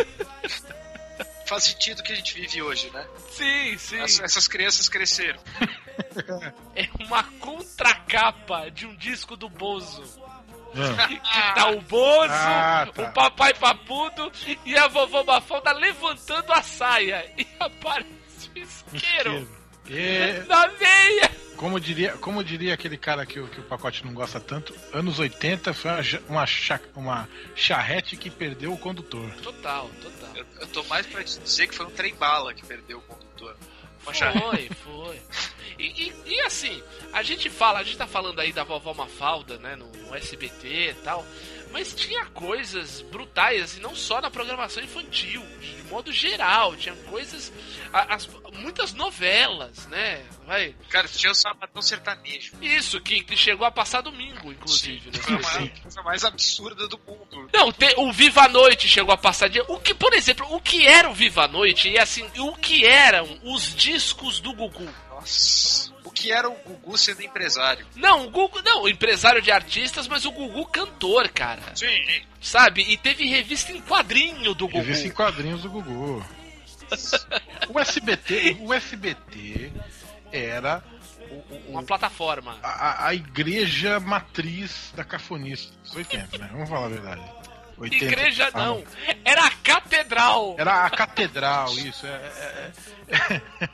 Faz sentido que a gente vive hoje, né? Sim, sim. As- essas crianças cresceram. É uma contracapa de um disco do Bozo. Ah. Que tá o Bozo, Ah, tá. o papai papudo e a vovó Mafalda levantando a saia. E aparece o isqueiro E, na meia. como, diria, como diria aquele cara que, o- que o pacote não gosta tanto, anos oitenta foi uma, ja- uma, cha- uma charrete que perdeu o condutor. Total, total. Eu, eu tô mais pra dizer que foi um trem-bala que perdeu o condutor. Foi, foi. E, e, e assim, a gente fala, a gente tá falando aí da Vovó Mafalda, né, no, no S B T e tal, mas tinha coisas brutais, e não só na programação infantil, de modo geral, tinha coisas, as, muitas novelas, né, vai. Cara, tinha o Sabadão Sertanejo. Isso, que, que chegou a passar domingo, inclusive. Sim, né? Foi a coisa mais absurda do mundo. Não, te, o Viva a Noite chegou a passar dia. O que, por exemplo, o que era o Viva a Noite e assim, o que eram os discos do Gugu? Nossa, o que era o Gugu sendo empresário? Não, o Gugu, não, empresário de artistas, mas o Gugu cantor, cara. Sim. Sabe? E teve revista em quadrinho do Gugu. Revista em quadrinhos do Gugu. O S B T, o S B T era o, o, uma plataforma. A, a igreja matriz da cafonice dos oitenta, né? Vamos falar a verdade. oitenta, igreja ah, não, era a catedral. Era a catedral, isso. É, é, é.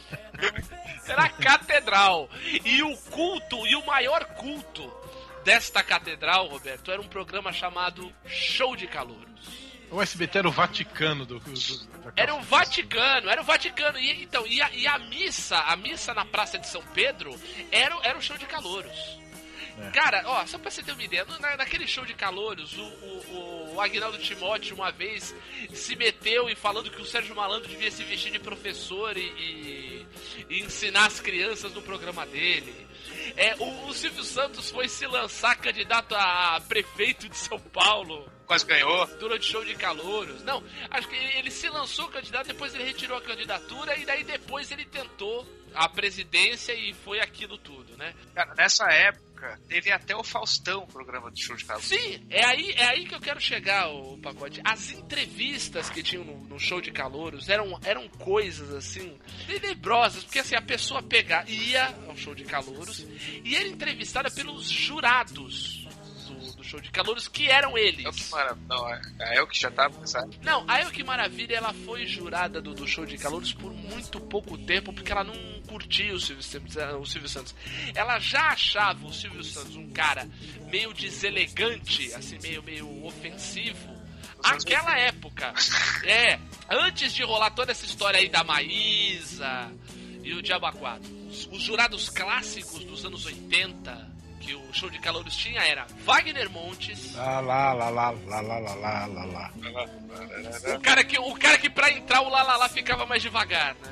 Era a catedral. E o culto, e o maior culto desta catedral, Roberto, era um programa chamado Show de Calouros. O S B T era o Vaticano do... do, do era o Vaticano, era o Vaticano. E, então, e a, e a missa, a missa na Praça de São Pedro era, era o Show de Calouros. É. Cara, ó, só pra você ter uma ideia, na, naquele Show de Calouros, o, o, o Aguinaldo Timóteo uma vez se meteu e falando que o Sérgio Malandro devia se vestir de professor e, e, e ensinar as crianças no programa dele. É, o, o Silvio Santos foi se lançar candidato a prefeito de São Paulo. Quase ganhou. Durante o Show de Calouros. Não, acho que ele, ele se lançou candidato, depois ele retirou a candidatura e daí depois ele tentou a presidência e foi aquilo tudo, né? Cara, nessa época teve até o Faustão, o programa de Show de Calouros. Sim, é aí, é aí que eu quero chegar, o Pacote. As entrevistas que tinham no, no Show de Calouros eram, eram coisas assim, tenebrosas, porque assim, a pessoa pega, ia ao Show de Calouros e era entrevistada pelos jurados do Show de Calouros, que eram eles. É o que maravilha. Não, é o que já tava, sabe? Não, a Eu Que Maravilha, ela foi jurada do, do Show de Calouros por muito pouco tempo, porque ela não curtia o Silvio, o Silvio Santos. Ela já achava o Silvio Santos um cara meio deselegante, assim, meio, meio ofensivo. Aquela época. É, antes de rolar toda essa história aí da Maísa e o Diabo quatro. Os, os jurados clássicos dos anos oitenta... que o Show de Calouros tinha era Wagner Montes. Lá, lá, lá, lá, lá, lá, lá, lá, lá, lá. O cara que, o cara que pra entrar o lá, lá, lá ficava mais devagar, né?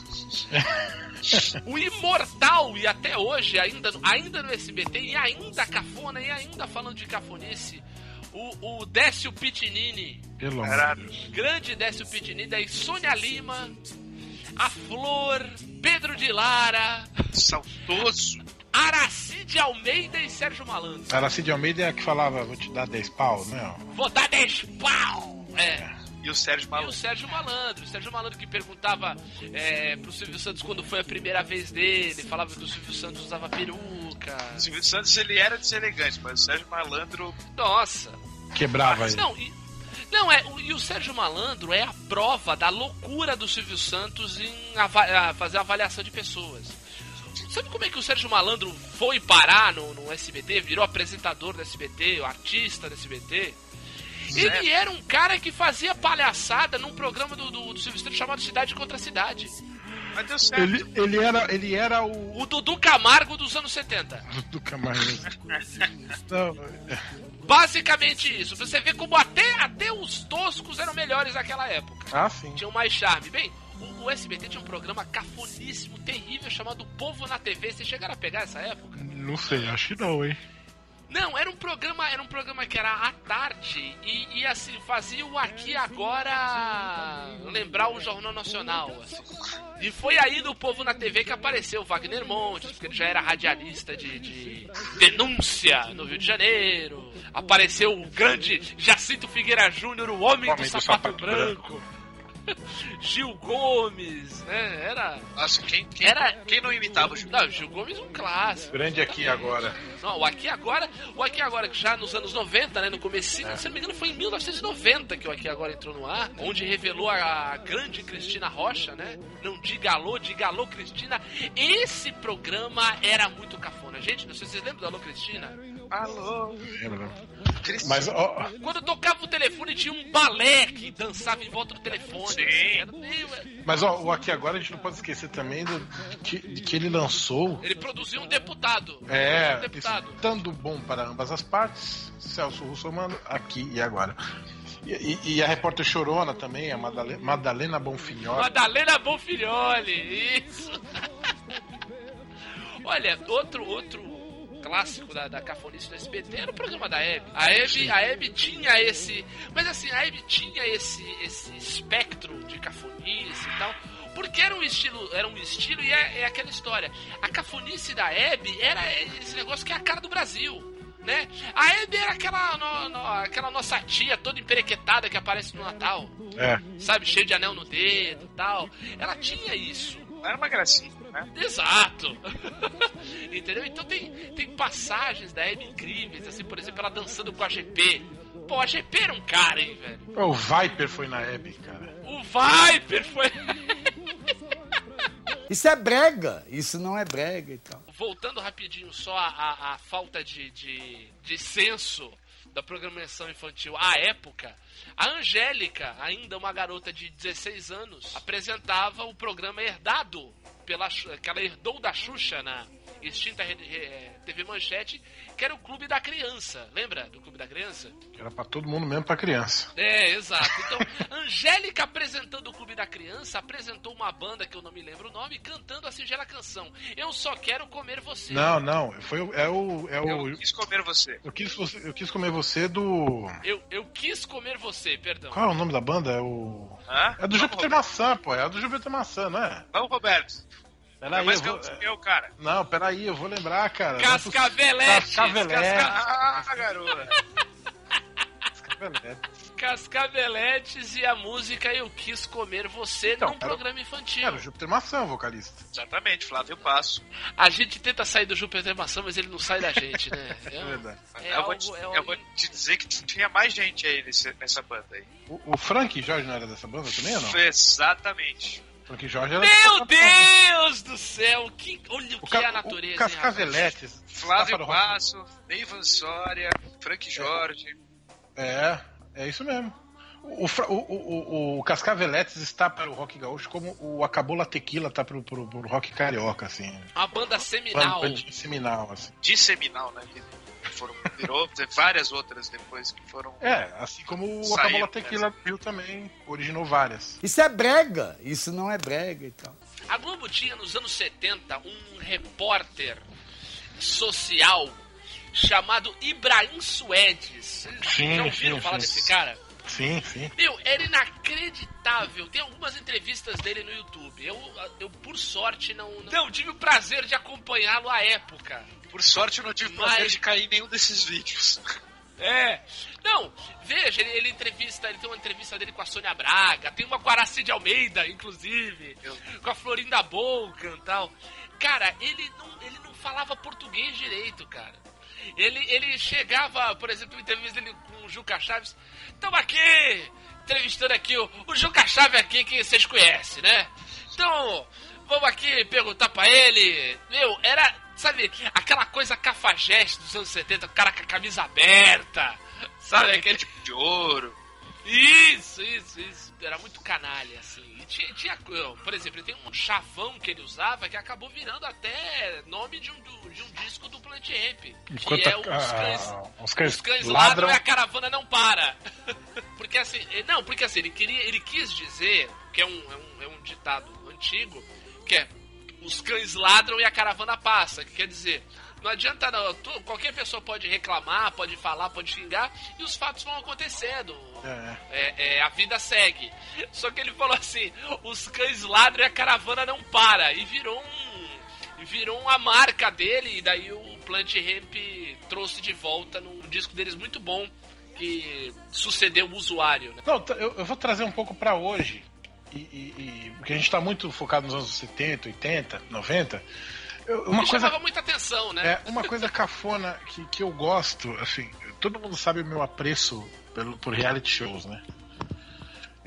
O imortal, e até hoje, ainda, ainda no S B T, e ainda cafona, e ainda falando de cafonice, o, o Décio Pitinini. Pelo amor de Deus. Grande Décio Pitinini, daí Sônia Lima, a Flor, Pedro de Lara. Saudoso. Aracide Almeida e Sérgio Malandro. Aracide Almeida é a que falava, vou te dar dez pau, né? Vou dar dez pau! É. E o Sérgio Malandro. E o Sérgio Malandro. O Sérgio Malandro que perguntava é, pro Silvio Santos quando foi a primeira vez dele. Falava que o Silvio Santos usava peruca. O Silvio Santos, ele era deselegante, mas o Sérgio Malandro... Nossa. Quebrava ele. Não, e, não é, e o Sérgio Malandro é a prova da loucura do Silvio Santos em ava- fazer avaliação de pessoas. Sabe como é que o Sérgio Malandro foi parar no, no S B T, virou apresentador do S B T, o artista do S B T? Certo. Ele era um cara que fazia palhaçada num programa do, do, do Silvio Santos chamado Cidade contra Cidade. Mas deu certo. Ele, ele, era, ele era o... O Dudu Camargo dos anos setenta. Dudu Camargo. Não. Basicamente isso. Você vê como até, até os toscos eram melhores naquela época. Ah, sim. Tinham mais charme. Bem... O S B T tinha um programa cafoníssimo, terrível, chamado Povo na T V. Vocês chegaram a pegar essa época? Não sei, acho que não, hein? Não, era um programa, era um programa que era à tarde e, e assim, fazia o Aqui Agora lembrar o Jornal Nacional, assim. E foi aí no Povo na T V que apareceu o Wagner Montes, porque ele já era radialista de, de denúncia no Rio de Janeiro. Apareceu o grande Jacinto Figueira Júnior, o homem, o homem do, do sapato, sapato branco. branco. Gil Gomes, né? Era. Nossa, quem, quem, era, quem não imitava o Gil Gomes? Não, Gil Gomes é um clássico. Grande Aqui Agora. Não, o Aqui Agora, o Aqui Agora, que já nos anos noventa, né? No comecinho, é. se não me engano, foi em mil novecentos e noventa que o Aqui Agora entrou no ar, onde revelou a, a grande Cristina Rocha, né? Não diga alô, diga alô, Cristina. Esse programa era muito cafona. Gente, não sei se vocês lembram do Alô Cristina. Alô. Mas, ó, Quando tocava o telefone, tinha um balé que dançava em volta do telefone. Sim. Era meio... mas ó, o Aqui Agora a gente não pode esquecer também do, que, de que ele lançou. Ele produziu um deputado. É, um deputado. estando bom para ambas as partes, Celso Russomano, Aqui e Agora. E, e, e a repórter chorona também, a Madalena, Madalena Bonfiglioli. Madalena Bonfiglioli, isso. Olha, outro, outro clássico da, da cafonice do S B T era o programa da Hebe. A Hebe, a Hebe tinha esse... Mas assim, a Hebe tinha esse, esse espectro de cafonice e tal... Porque era um estilo, era um estilo e é, é aquela história. A cafonice da Hebe era esse negócio que é a cara do Brasil. Né? A Hebe era aquela, no, no, aquela nossa tia toda emperequetada que aparece no Natal. É. Sabe, cheio de anel no dedo e tal. Ela tinha isso. Era uma gracinha, né? Exato. Entendeu? Então tem, tem passagens da Hebe incríveis, assim, por exemplo, ela dançando com a G P. Pô, a G P era um cara, hein, velho? O Viper foi na Hebe, cara. O Viper foi... Isso é brega, isso não é brega e tal. Voltando rapidinho só a, a, a falta de, de, de senso da programação infantil à época, a Angélica, ainda uma garota de dezesseis anos, apresentava o programa herdado pela, que ela herdou da Xuxa na extinta T V Manchete, que era o Clube da Criança. Lembra do Clube da Criança? Era pra todo mundo mesmo, pra criança. É, exato. Então, Angélica apresentando o Clube da Criança, apresentou uma banda que eu não me lembro o nome, cantando a singela canção Eu Só Quero Comer Você. Não, não, foi o- é o é o Eu quis comer você. eu quis você- eu quis comer você do Eu, eu quis comer você, perdão. Qual é o nome da banda? É o Hã? É do Júpiter Maçã, pô, é do Júpiter Maçã, não é? Vamos, Roberto. Peraí, Mas eu que vou... eu meu, cara. Não, peraí, eu vou lembrar, cara. Cascaveletes! Cascavelete. Ah, garota. Cascavelete. Cascaveletes e a música Eu Quis Comer Você Então, num era- programa infantil. Era o Júpiter Maçã, o vocalista. Exatamente, Flávio Passo. A gente tenta sair do Júpiter Maçã, mas ele não sai da gente, né? É É, verdade. é eu, algo, vou te, é eu algo- vou te dizer que tinha mais gente aí nesse- nessa banda aí. O, o Frank Jorge não era dessa banda também ou não? Exatamente. Frank Jorge era Meu Deus do céu! Que, olha o, O, que é ca... a natureza, o hein, Cascaveletes. Flávio Tá para o rock- Passo, Neivan Soria, Frank Jorge. É, é isso mesmo. O, Fra- o, o, o, o Cascaveletes está para o rock gaúcho como o Acabola Tequila está para o rock carioca, assim. Uma banda seminal. Bandinha seminal, assim. De Seminal, né? Que foram, virou várias outras depois que foram. É, assim como o Saiu, Acabola Tequila viu também, originou várias. Isso é brega, isso não é brega e tal. A Globo tinha nos anos setenta um repórter social chamado Ibrahim Suedes. Vocês Sim, já ouviram sim, falar sim. desse cara? Sim, sim. Meu, era inacreditável. Tem algumas entrevistas dele no YouTube. Eu, eu por sorte, não, não, não tive o prazer de acompanhá-lo à época. Por sorte, eu não tive o Mas- prazer de cair em nenhum desses vídeos. É. Não, veja, ele, ele entrevista, ele tem uma entrevista dele com a Sônia Braga, tem uma com a Aracide Almeida, inclusive, com a Florinda Bolkan e tal. Cara, ele não, ele não falava português direito, cara. Ele, ele chegava, por exemplo, em entrevista dele com o Juca Chaves, estamos aqui, entrevistando aqui o, o Juca Chaves aqui, que vocês conhecem, né? Então, vamos aqui perguntar pra ele. Meu, era, sabe, aquela coisa cafajeste dos anos setenta, o cara com a camisa aberta, sabe, aquele... Tipo de ouro. Isso, isso, isso. Era muito canalha, assim. E tinha, tinha, por exemplo, ele tem um chavão que ele usava que acabou virando até nome de um, do- de um disco do Planet Ramp. Enquanto Que é a- Os a- Cães, os cães os cães ladram. ladram e a caravana não para. Porque assim, eh, não, porque assim, ele queria, ele quis dizer, que é um, é um, é um ditado antigo, que é os cães ladram e a caravana passa, que quer dizer, não adianta não, tu- qualquer pessoa pode reclamar, pode falar, pode xingar, e os fatos vão acontecendo. É. É, é, a vida segue. Só que ele falou assim, os cães ladram e a caravana não para. E virou um. Virou uma marca dele, e daí o Plant Ramp trouxe de volta num disco deles muito bom, que sucedeu o usuário, né? Não, t- eu, eu vou trazer um pouco pra hoje. E, e- e- porque a gente tá muito focado nos anos setenta, oitenta, noventa. Eu- uma Me coisa, chamava muita atenção, né? é, uma coisa cafona que, que eu gosto, assim, todo mundo sabe o meu apreço pelo, por reality shows, né?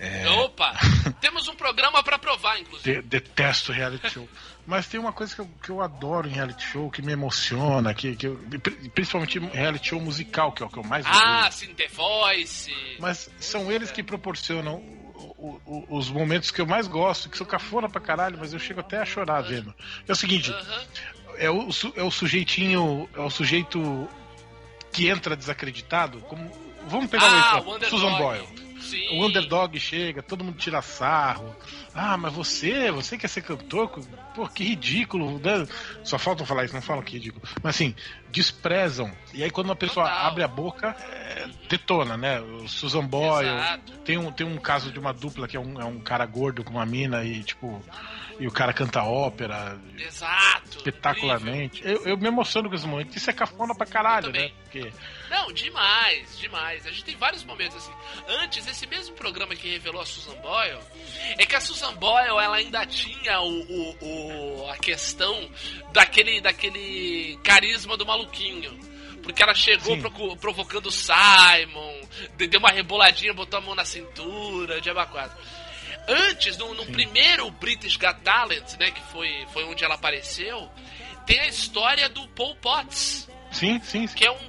É... Opa! Temos um programa pra provar, inclusive. De- detesto reality show. Mas tem uma coisa que eu, que eu adoro em reality show, que me emociona, que, que eu, principalmente reality show musical, que é o que eu mais Ah, odeio. sim, The Voice. Mas são eles que proporcionam o- o- os momentos que eu mais gosto, que são cafona pra caralho, mas eu chego até a chorar vendo. É o seguinte, Aham. é o, su- é o sujeitinho, é o sujeito que entra desacreditado, como, vamos pegar Ah, o o exemplo, Susan underdog. Boyle. Sim. O underdog chega, todo mundo tira sarro. Ah, mas você, você quer ser cantor? Pô, que ridículo, né? Só faltam falar isso, não falam que ridículo. Mas assim, desprezam. E aí quando uma pessoa Total. abre a boca, é, detona, né? O Susan Boyle. Exato. Tem um, tem um caso de uma dupla que é um, é um cara gordo com uma mina e tipo. E o cara canta ópera Exato. espetacularmente. Eu, eu me emociono com esse momento. Isso é cafona pra caralho, Eu né? também. Porque Não, demais, demais. A gente tem vários momentos assim. Antes, esse mesmo programa que revelou a Susan Boyle, é que a Susan Boyle, ela ainda tinha o, o, o- a questão daquele, daquele carisma do maluquinho. Porque ela chegou Sim. procu- provocando o Simon, de- deu uma reboladinha, botou a mão na cintura, diaba quatro. Antes, no, no primeiro British Got Talent, né, que foi, foi onde ela apareceu, tem a história do Paul Potts. sim, sim, sim. Que é um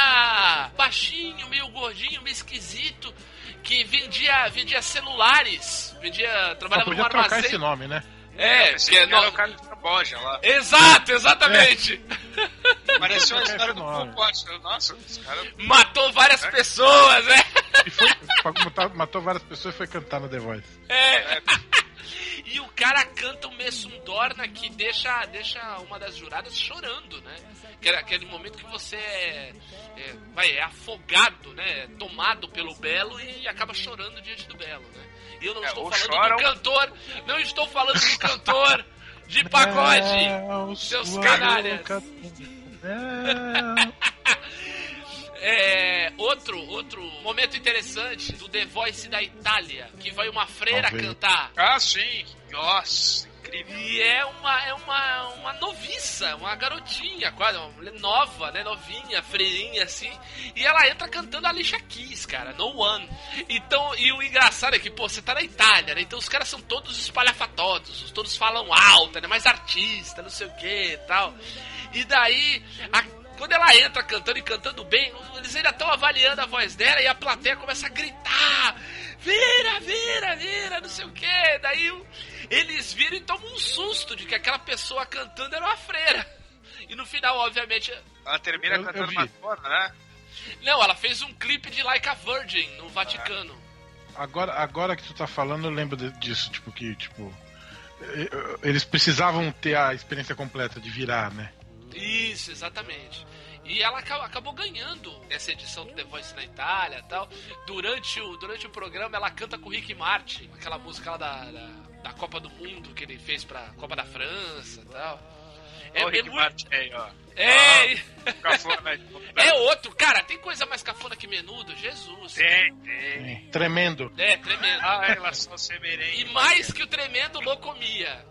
cara baixinho, meio gordinho, meio esquisito, que vendia, vendia celulares, vendia, Só trabalhava num podia trocar armazém. esse nome, né? É, Esse que é era no... o cara de Camboja lá. Exato, exatamente. Pareceu a Trocar história esse do nome. Pompote. Nossa, esse cara... Matou várias pessoas, né? E foi, matou, matou várias pessoas e foi cantar no The Voice. É. E o cara canta o Messum Dorna que deixa, deixa uma das juradas chorando, né? Que era aquele momento que você é, é, vai, é afogado, né? Tomado pelo Belo e acaba chorando diante do Belo, né? E eu não É, estou ou falando choram- do cantor, não estou falando do cantor de pagode, seus canalhas. É, outro, outro momento interessante do The Voice da Itália, que vai uma freira Talvez. cantar. Ah, sim. Nossa, incrível. E é uma, é uma, uma noviça, uma garotinha, quase, uma mulher nova, né, novinha, freirinha, assim. E ela entra cantando a Alicia Keys, cara, No One. Então, e o engraçado é que, pô, você tá na Itália, né, então os caras são todos espalhafatosos, todos falam alto, né, mais artista, não sei o que e tal. E daí, a quando ela entra cantando e cantando bem, eles ainda estão avaliando a voz dela e a plateia começa a gritar: vira, vira, vira, não sei o que. Daí eles viram e tomam um susto de que aquela pessoa cantando era uma freira. E no final, obviamente... Ela termina Eu- eu cantando vi. Madonna, né? Não, ela fez um clipe de Like a Virgin no Vaticano. Agora, agora que tu tá falando, eu lembro de- disso, tipo, que, tipo. eh, Eles precisavam ter a experiência completa de virar, né? Isso, exatamente. E ela aca- acabou ganhando essa edição do The Voice na Itália e tal. Durante o, durante o programa, ela canta com o Rick Martin, aquela música lá da, da, da Copa do Mundo que ele fez pra Copa da França e tal. É, Olha o é Rick muito- Martin aí, ó. É, Cafona aí. é outro. Cara, tem coisa mais cafona que menudo? Jesus. Tem, tem. Tremendo. É, tremendo. A relação semelhante. E mais que o tremendo Locomia.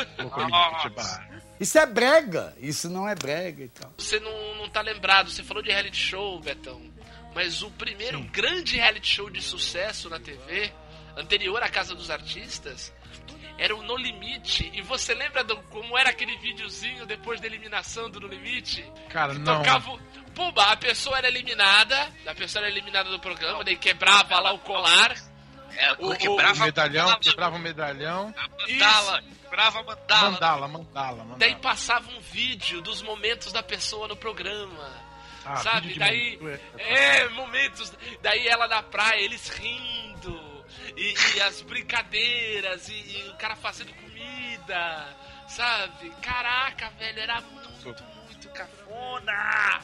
Nossa. Isso é brega. Isso não é brega e tal. Você não, não tá lembrado, você falou de reality show, Betão. Mas o primeiro grande reality show de sucesso na T V, anterior à Casa dos Artistas, era o No Limite. E você lembra do, como era aquele videozinho depois da eliminação do No Limite? Cara, Que não. tocava. o- Pumba, a pessoa era eliminada, a pessoa era eliminada do programa, daí quebrava lá o colar. É, O- o, O quebrava medalhão, a quebrava o medalhão. mandala. Quebrava a mandala. Mandala, mandala, mandala. Daí passava um vídeo dos momentos da pessoa no programa. Ah, Sabe? vídeo de Daí. momento, É, momentos. Daí ela na praia, eles rindo. E, e as brincadeiras. E, e o cara fazendo comida. Sabe? Caraca, velho, era muito, muito cafona.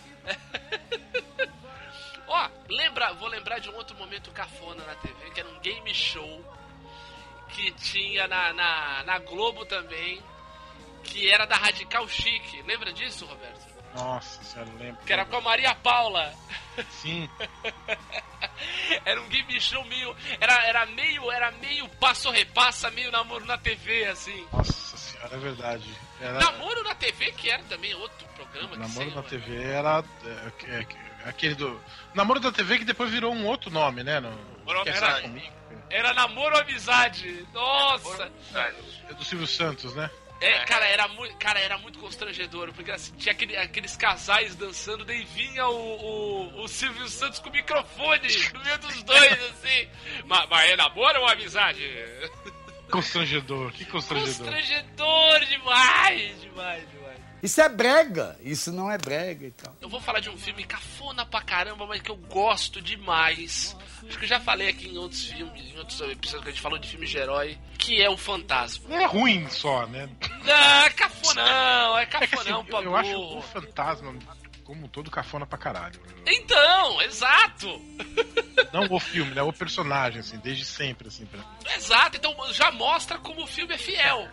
Ó, lembra, vou lembrar de um outro momento cafona na T V, que era um game show que tinha na, na, na Globo também, que era da Radical Chic. Lembra disso, Roberto? Nossa senhora, eu lembro. Que era com a Maria Paula. Sim. Era um game show meio. Era, era meio. Era meio passo-repassa, meio namoro na T V, assim. Nossa senhora, é verdade. Era, Namoro na T V, que era também outro programa. que Namoro saiu, na né? T V era é, é, é, aquele do. Namoro da T V que depois virou um outro nome, né? No, Namoro Quer era- Ficar Comigo. Era Namoro ou Amizade? Nossa! É do Silvio Santos, né? É, cara, era muito, cara, era muito constrangedor, porque assim, tinha aquele, aqueles casais dançando, daí vinha o, o, o Silvio Santos com o microfone no meio dos dois, assim. Mas, mas é namoro ou amizade? Constrangedor, que constrangedor. Constrangedor demais, demais, demais. Isso é brega, isso não é brega e tal. Eu vou falar de um filme cafona pra caramba, mas que eu gosto demais. Acho que eu já falei aqui em outros filmes, em outros episódios que a gente falou de filmes de herói, que é o Fantasma. É ruim só, né? Não, é cafonão, é É que, assim, cafonão pra eu, eu acho burro. o Fantasma, como um todo, cafona pra caralho. Então, exato. Não o filme, né? O personagem, assim, desde sempre, assim. Pra... Exato, então já mostra como o filme é fiel.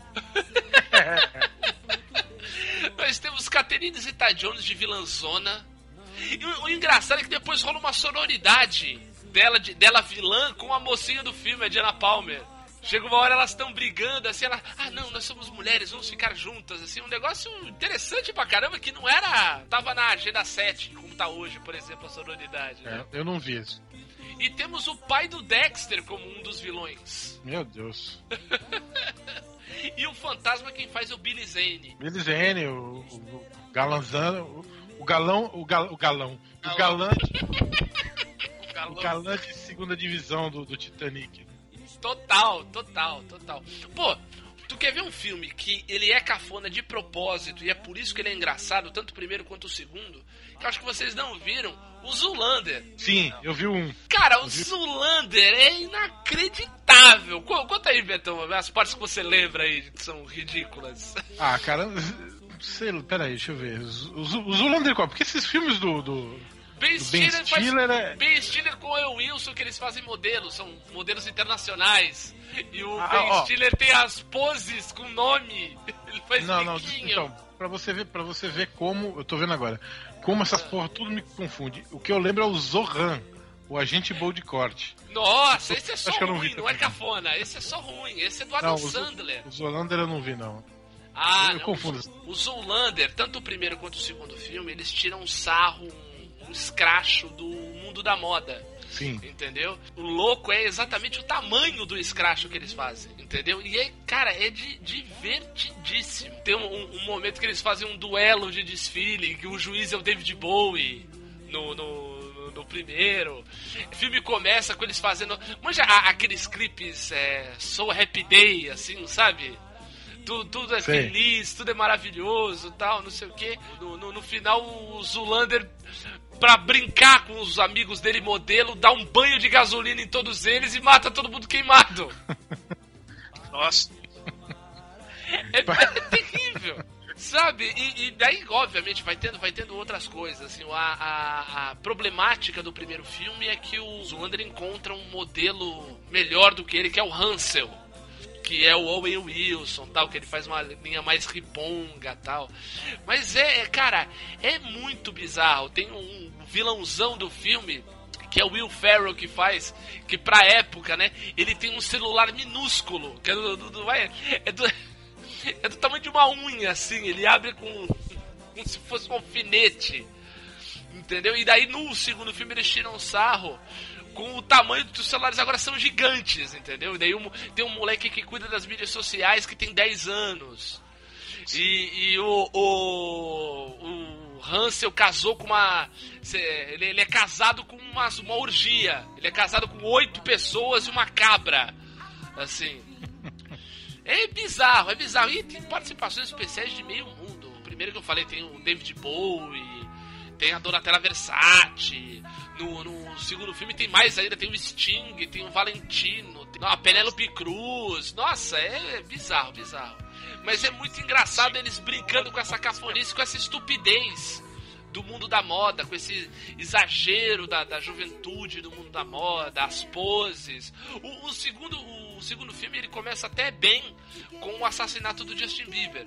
Nós temos Catherine Zeta-Jones de vilãzona. E o, o engraçado é que depois rola uma sororidade dela, de, dela vilã com a mocinha do filme, a Diana Palmer. Chega uma hora, elas estão brigando, assim, ela... Ah, não, nós somos mulheres, vamos ficar juntas, assim. Um negócio interessante pra caramba, que não era... Tava na agenda sete, como tá hoje, por exemplo, a sororidade, né? É, eu não vi isso. E temos o pai do Dexter como um dos vilões. Meu Deus. E o fantasma quem faz é o Billy Zane. Billy Zane, o, o, o galanzano, o, o galão, o, gal, o galão, o galã, O galão. o galã de segunda divisão do, do Titanic. Total, total, total. Pô, tu quer ver um filme que ele é cafona de propósito e é por isso que ele é engraçado, tanto o primeiro quanto o segundo? Que eu acho que vocês não viram, o Zoolander. Sim, eu vi um. Cara, o Zoolander é inacreditável. Conta aí, Betão, as partes que você lembra aí que são ridículas. Ah, cara, sei lá, peraí, deixa eu ver. O, Zo- o Zoolander qual? Porque esses filmes do... do... Ben Do Ben Stiller, faz, Stiller é- Ben Stiller com o Owen Wilson, que eles fazem modelos, são modelos internacionais. E o Ah, Ben ó. Stiller tem as poses com nome. Ele faz Não, não, biquinho. então, pra você ver, para você ver como, eu tô vendo agora, como essas porra tudo me confunde. O que eu lembro é o Zohan, o agente Bold de corte. Nossa, esse é só Acho que eu não ruim, vi não é também. cafona. Esse é só ruim, esse é do Adam Não, o, Zo- Sandler. o Zoolander eu não vi, não. Ah, eu não, confundo. O Zoolander, tanto o primeiro quanto o segundo filme, eles tiram um sarro, um, um escracho do mundo da moda. Sim. Entendeu? O louco é exatamente o tamanho do escracho que eles fazem, entendeu? E é, cara, é de, divertidíssimo. Tem um, um, um momento que eles fazem um duelo de desfile, que o juiz é o David Bowie no, no, no, no primeiro. O filme começa com eles fazendo... Manja a- aqueles clipes é, So Happy Day, assim, sabe? Tu- Tudo é Sei. feliz, tudo é maravilhoso, tal, não sei o quê. No, no, no final, o Zoolander, pra brincar com os amigos dele modelo, dá um banho de gasolina em todos eles e mata todo mundo queimado. Nossa, É, é terrível, sabe? E, e daí, obviamente, vai tendo, vai tendo outras coisas. Assim, a, a, a problemática do primeiro filme é que o Zoolander encontra um modelo melhor do que ele, que é o Hansel, que é o Owen Wilson, tal, que ele faz uma linha mais riponga, tal. Mas é, cara, é muito bizarro. Tem um vilãozão do filme, que é o Will Ferrell que faz, que pra época, né, ele tem um celular minúsculo, que é do, do, do, vai- é do, é do tamanho de uma unha, assim, ele abre com, como se fosse um alfinete, entendeu? E daí no segundo filme eles tiram um sarro com o tamanho dos celulares, agora são gigantes, entendeu? E daí um- tem um moleque que cuida das mídias sociais que tem dez anos. E, e o, o, o Hansel casou com uma... Ele, ele é casado com uma, uma orgia. Ele é casado com oito pessoas e uma cabra. Assim. É bizarro, é bizarro. E tem participações especiais de meio mundo. O primeiro que eu falei tem o David Bowie, tem a Donatella Versace. No, no segundo filme tem mais ainda, tem o Sting, tem o Valentino, tem a Penélope Cruz. Nossa, é bizarro, bizarro. Mas é muito engraçado eles brincando com essa cafonice, com essa estupidez do mundo da moda, com esse exagero da, da juventude do mundo da moda, as poses. O, o, segundo, o segundo filme ele começa até bem com o assassinato do Justin Bieber.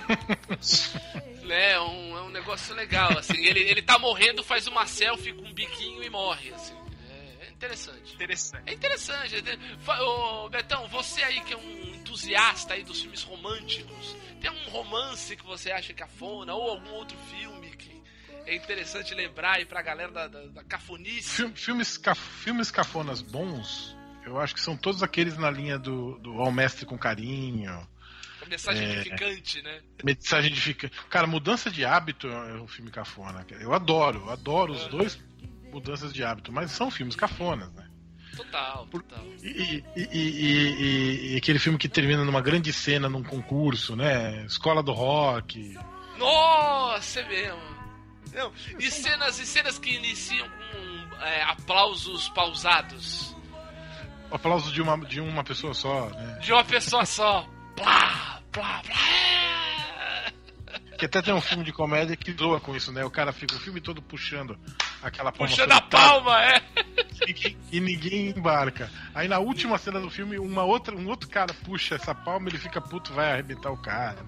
É um, é um negócio legal, assim. Ele, ele tá morrendo, faz uma selfie com um biquinho e morre, assim. É, é interessante. interessante. É interessante. Fa- Ô, Betão, você aí que é um entusiasta aí dos filmes românticos, tem um romance que você acha cafona ou algum outro filme que é interessante lembrar aí pra galera da, da, da cafonice? Fil- Filmes, caf- filmes cafonas bons, eu acho que são todos aqueles na linha do, do Ao Mestre com Carinho. A mensagem é, edificante, né? Mensagem edificante. Cara, Mudança de Hábito é um filme cafona. Eu adoro, eu adoro os dois Mudanças de Hábito, mas são filmes cafonas, né? Total, total. E, e, e, e, e aquele filme que termina numa grande cena num concurso, né? Escola do Rock. Nossa, é mesmo. Não, e, cenas, e cenas que iniciam com é, aplausos pausados. Aplausos de uma, de uma pessoa só, né? De uma pessoa só. Plá, plá, plá. Que até tem um filme de comédia que zoa com isso, né? O cara fica o filme todo puxando aquela palma. Puxando a palma, é. E ninguém, e ninguém embarca. Aí na última cena do filme, uma outra, um outro cara puxa essa palma, ele fica puto, vai arrebentar o cara.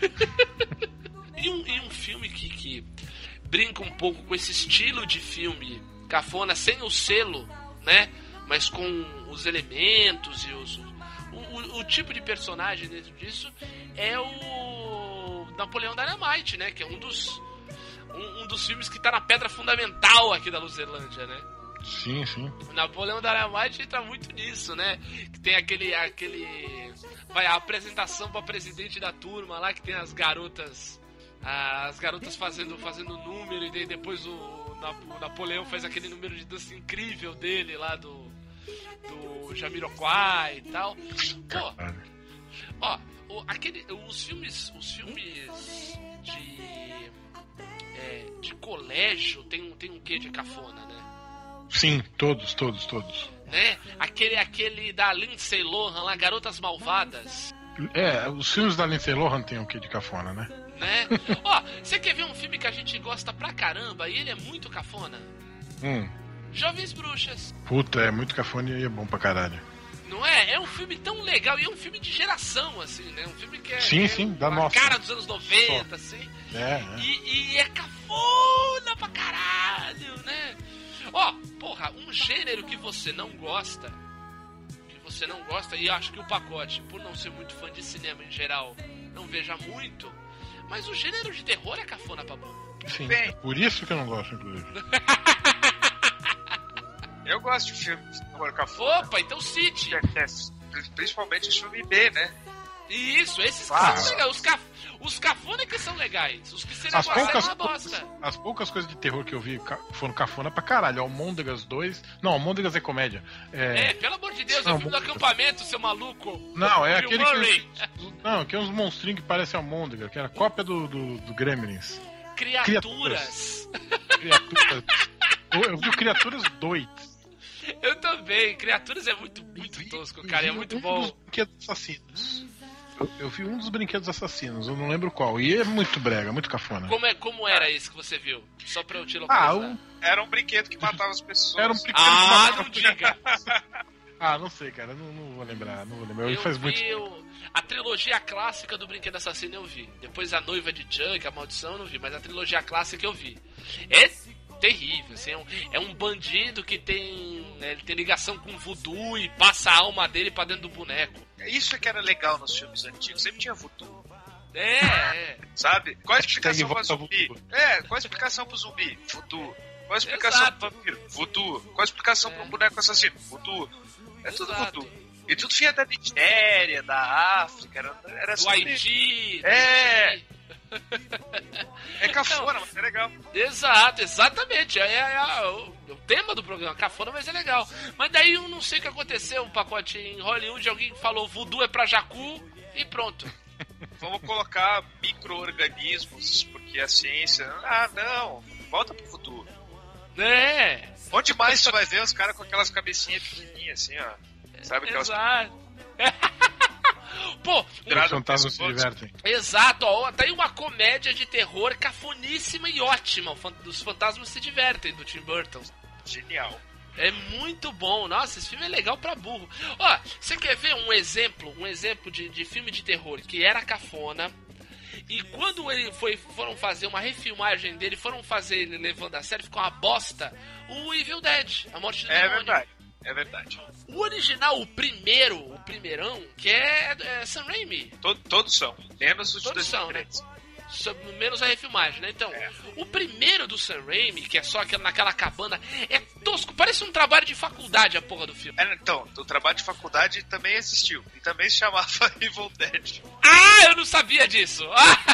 E um, e um filme que, que brinca um pouco com esse estilo de filme cafona, sem o selo, né? Mas com os elementos e os... O, o, o tipo de personagem dentro disso é o Napoleão Dynamite, né? Que é um dos, um, um dos filmes que tá na pedra fundamental aqui da Luzerlândia, né? Sim, sim. O Napoleão Dynamite entra muito nisso, né? Que tem aquele... aquele vai, a apresentação pra presidente da turma lá, que tem as garotas... As garotas fazendo, fazendo número, e daí depois o, o Napoleão faz aquele número de dança incrível dele lá do... do Jamiroquai e tal. Pô, ó, o, aquele, os filmes, os filmes de é, de colégio tem um tem um quê de cafona, né? Sim, todos, todos, todos. Né? Aquele aquele da Lindsay Lohan lá, Garotas Malvadas. É, os filmes da Lindsay Lohan tem um quê de cafona, né? Né? Ó, você quer ver um filme que a gente gosta pra caramba e ele é muito cafona? Hum. Jovens Bruxas. Puta, é muito cafona e é bom pra caralho. Não é? É um filme tão legal e é um filme de geração, assim, né? Um filme que é, sim, é sim, da a nossa cara dos anos noventa, Só. assim. É, é. E, e é cafona pra caralho, né? Ó, porra, um gênero que você não gosta, que você não gosta, e acho que o Pacote, por não ser muito fã de cinema em geral, não veja muito, mas o gênero de terror é cafona pra burro. Sim, Bem... é por isso que eu não gosto, inclusive. Eu gosto de filme de terror cafona. Opa, então cite. É, é, principalmente os filmes B, né? Isso, esses que ah, são legais. Os, caf... os cafona que são legais. Os que seriam as poucas, é uma bosta. As poucas coisas de terror que eu vi foram cafona pra caralho. Almôndegas dois. Não, Almôndegas é comédia. É, é pelo amor de Deus, é o filme do acampamento, seu maluco. Não, é aquele que. Não, que é uns monstrinhos que parecem almôndega, que era cópia do, do, do Gremlins. Criaturas. Criaturas. eu, eu vi o Criaturas dois. Eu também. Criaturas é muito, muito vi, tosco, cara. É muito um bom. Dos brinquedos assassinos. Eu, eu vi um dos brinquedos assassinos, eu não lembro qual. E é muito brega, muito cafona. Como, é, como era esse que você viu? Só pra eu te localizar. Ah, um... Era um brinquedo que matava as pessoas. Era um brinquedo ah, que matava não diga! Ah, não sei, cara. Não, não vou lembrar. Não vou lembrar. Eu faz vi muito eu... A trilogia clássica do Brinquedo Assassino eu vi. Depois a Noiva de Chuck, a Maldição eu não vi. Mas a trilogia clássica eu vi. É terrível, assim, é, um, é um bandido que tem, né, ele tem ligação com voodoo e passa a alma dele pra dentro do boneco. Isso é que era legal nos filmes antigos, sempre tinha voodoo. É, é. Sabe? Qual a explicação pra zumbi? É, qual a explicação pro zumbi? Voodoo. Qual a explicação Exato. pro vampiro? Voodoo. Qual a explicação é. pro boneco assassino? Voodoo. É Exato. tudo voodoo. E tudo vinha da Nigéria, da África, era, era do Haiti. É. É cafona, então, mas é legal. Exato, exatamente. É, é, é o, o tema do programa, cafona, mas é legal. Mas daí eu não sei o que aconteceu, um pacote em Hollywood, alguém falou voodoo é pra jacu e pronto. Vamos colocar micro-organismos, porque a ciência... Ah, não, volta pro voodoo. É. Onde mais você vai ver os caras com aquelas cabecinhas pequenininhas assim, ó. Sabe aquelas... Exato. Pô, os fantasmas se divertem. Exato, ó, tá aí uma comédia de terror cafoníssima e ótima. Os fantasmas se divertem, do Tim Burton. Genial. É muito bom. Nossa, esse filme é legal pra burro. Ó, você quer ver um exemplo, um exemplo de, de filme de terror que era cafona, e quando ele foi, foram fazer uma refilmagem dele, foram fazer ele levando a sério, ficou uma bosta, o Evil Dead, A Morte do É Demônio. verdade. É verdade. O original, o primeiro, o primeirão, que é, é Sam Raimi. Todo, todos são, menos os de Todos são, né? Menos a refilmagem, né? Então, é. O primeiro do Sam Raimi, que é só aquela, naquela cabana, é tosco, parece um trabalho de faculdade a porra do filme. É, então, o trabalho de faculdade também existiu. E também se chamava Evil Dead. Ah, eu não sabia disso!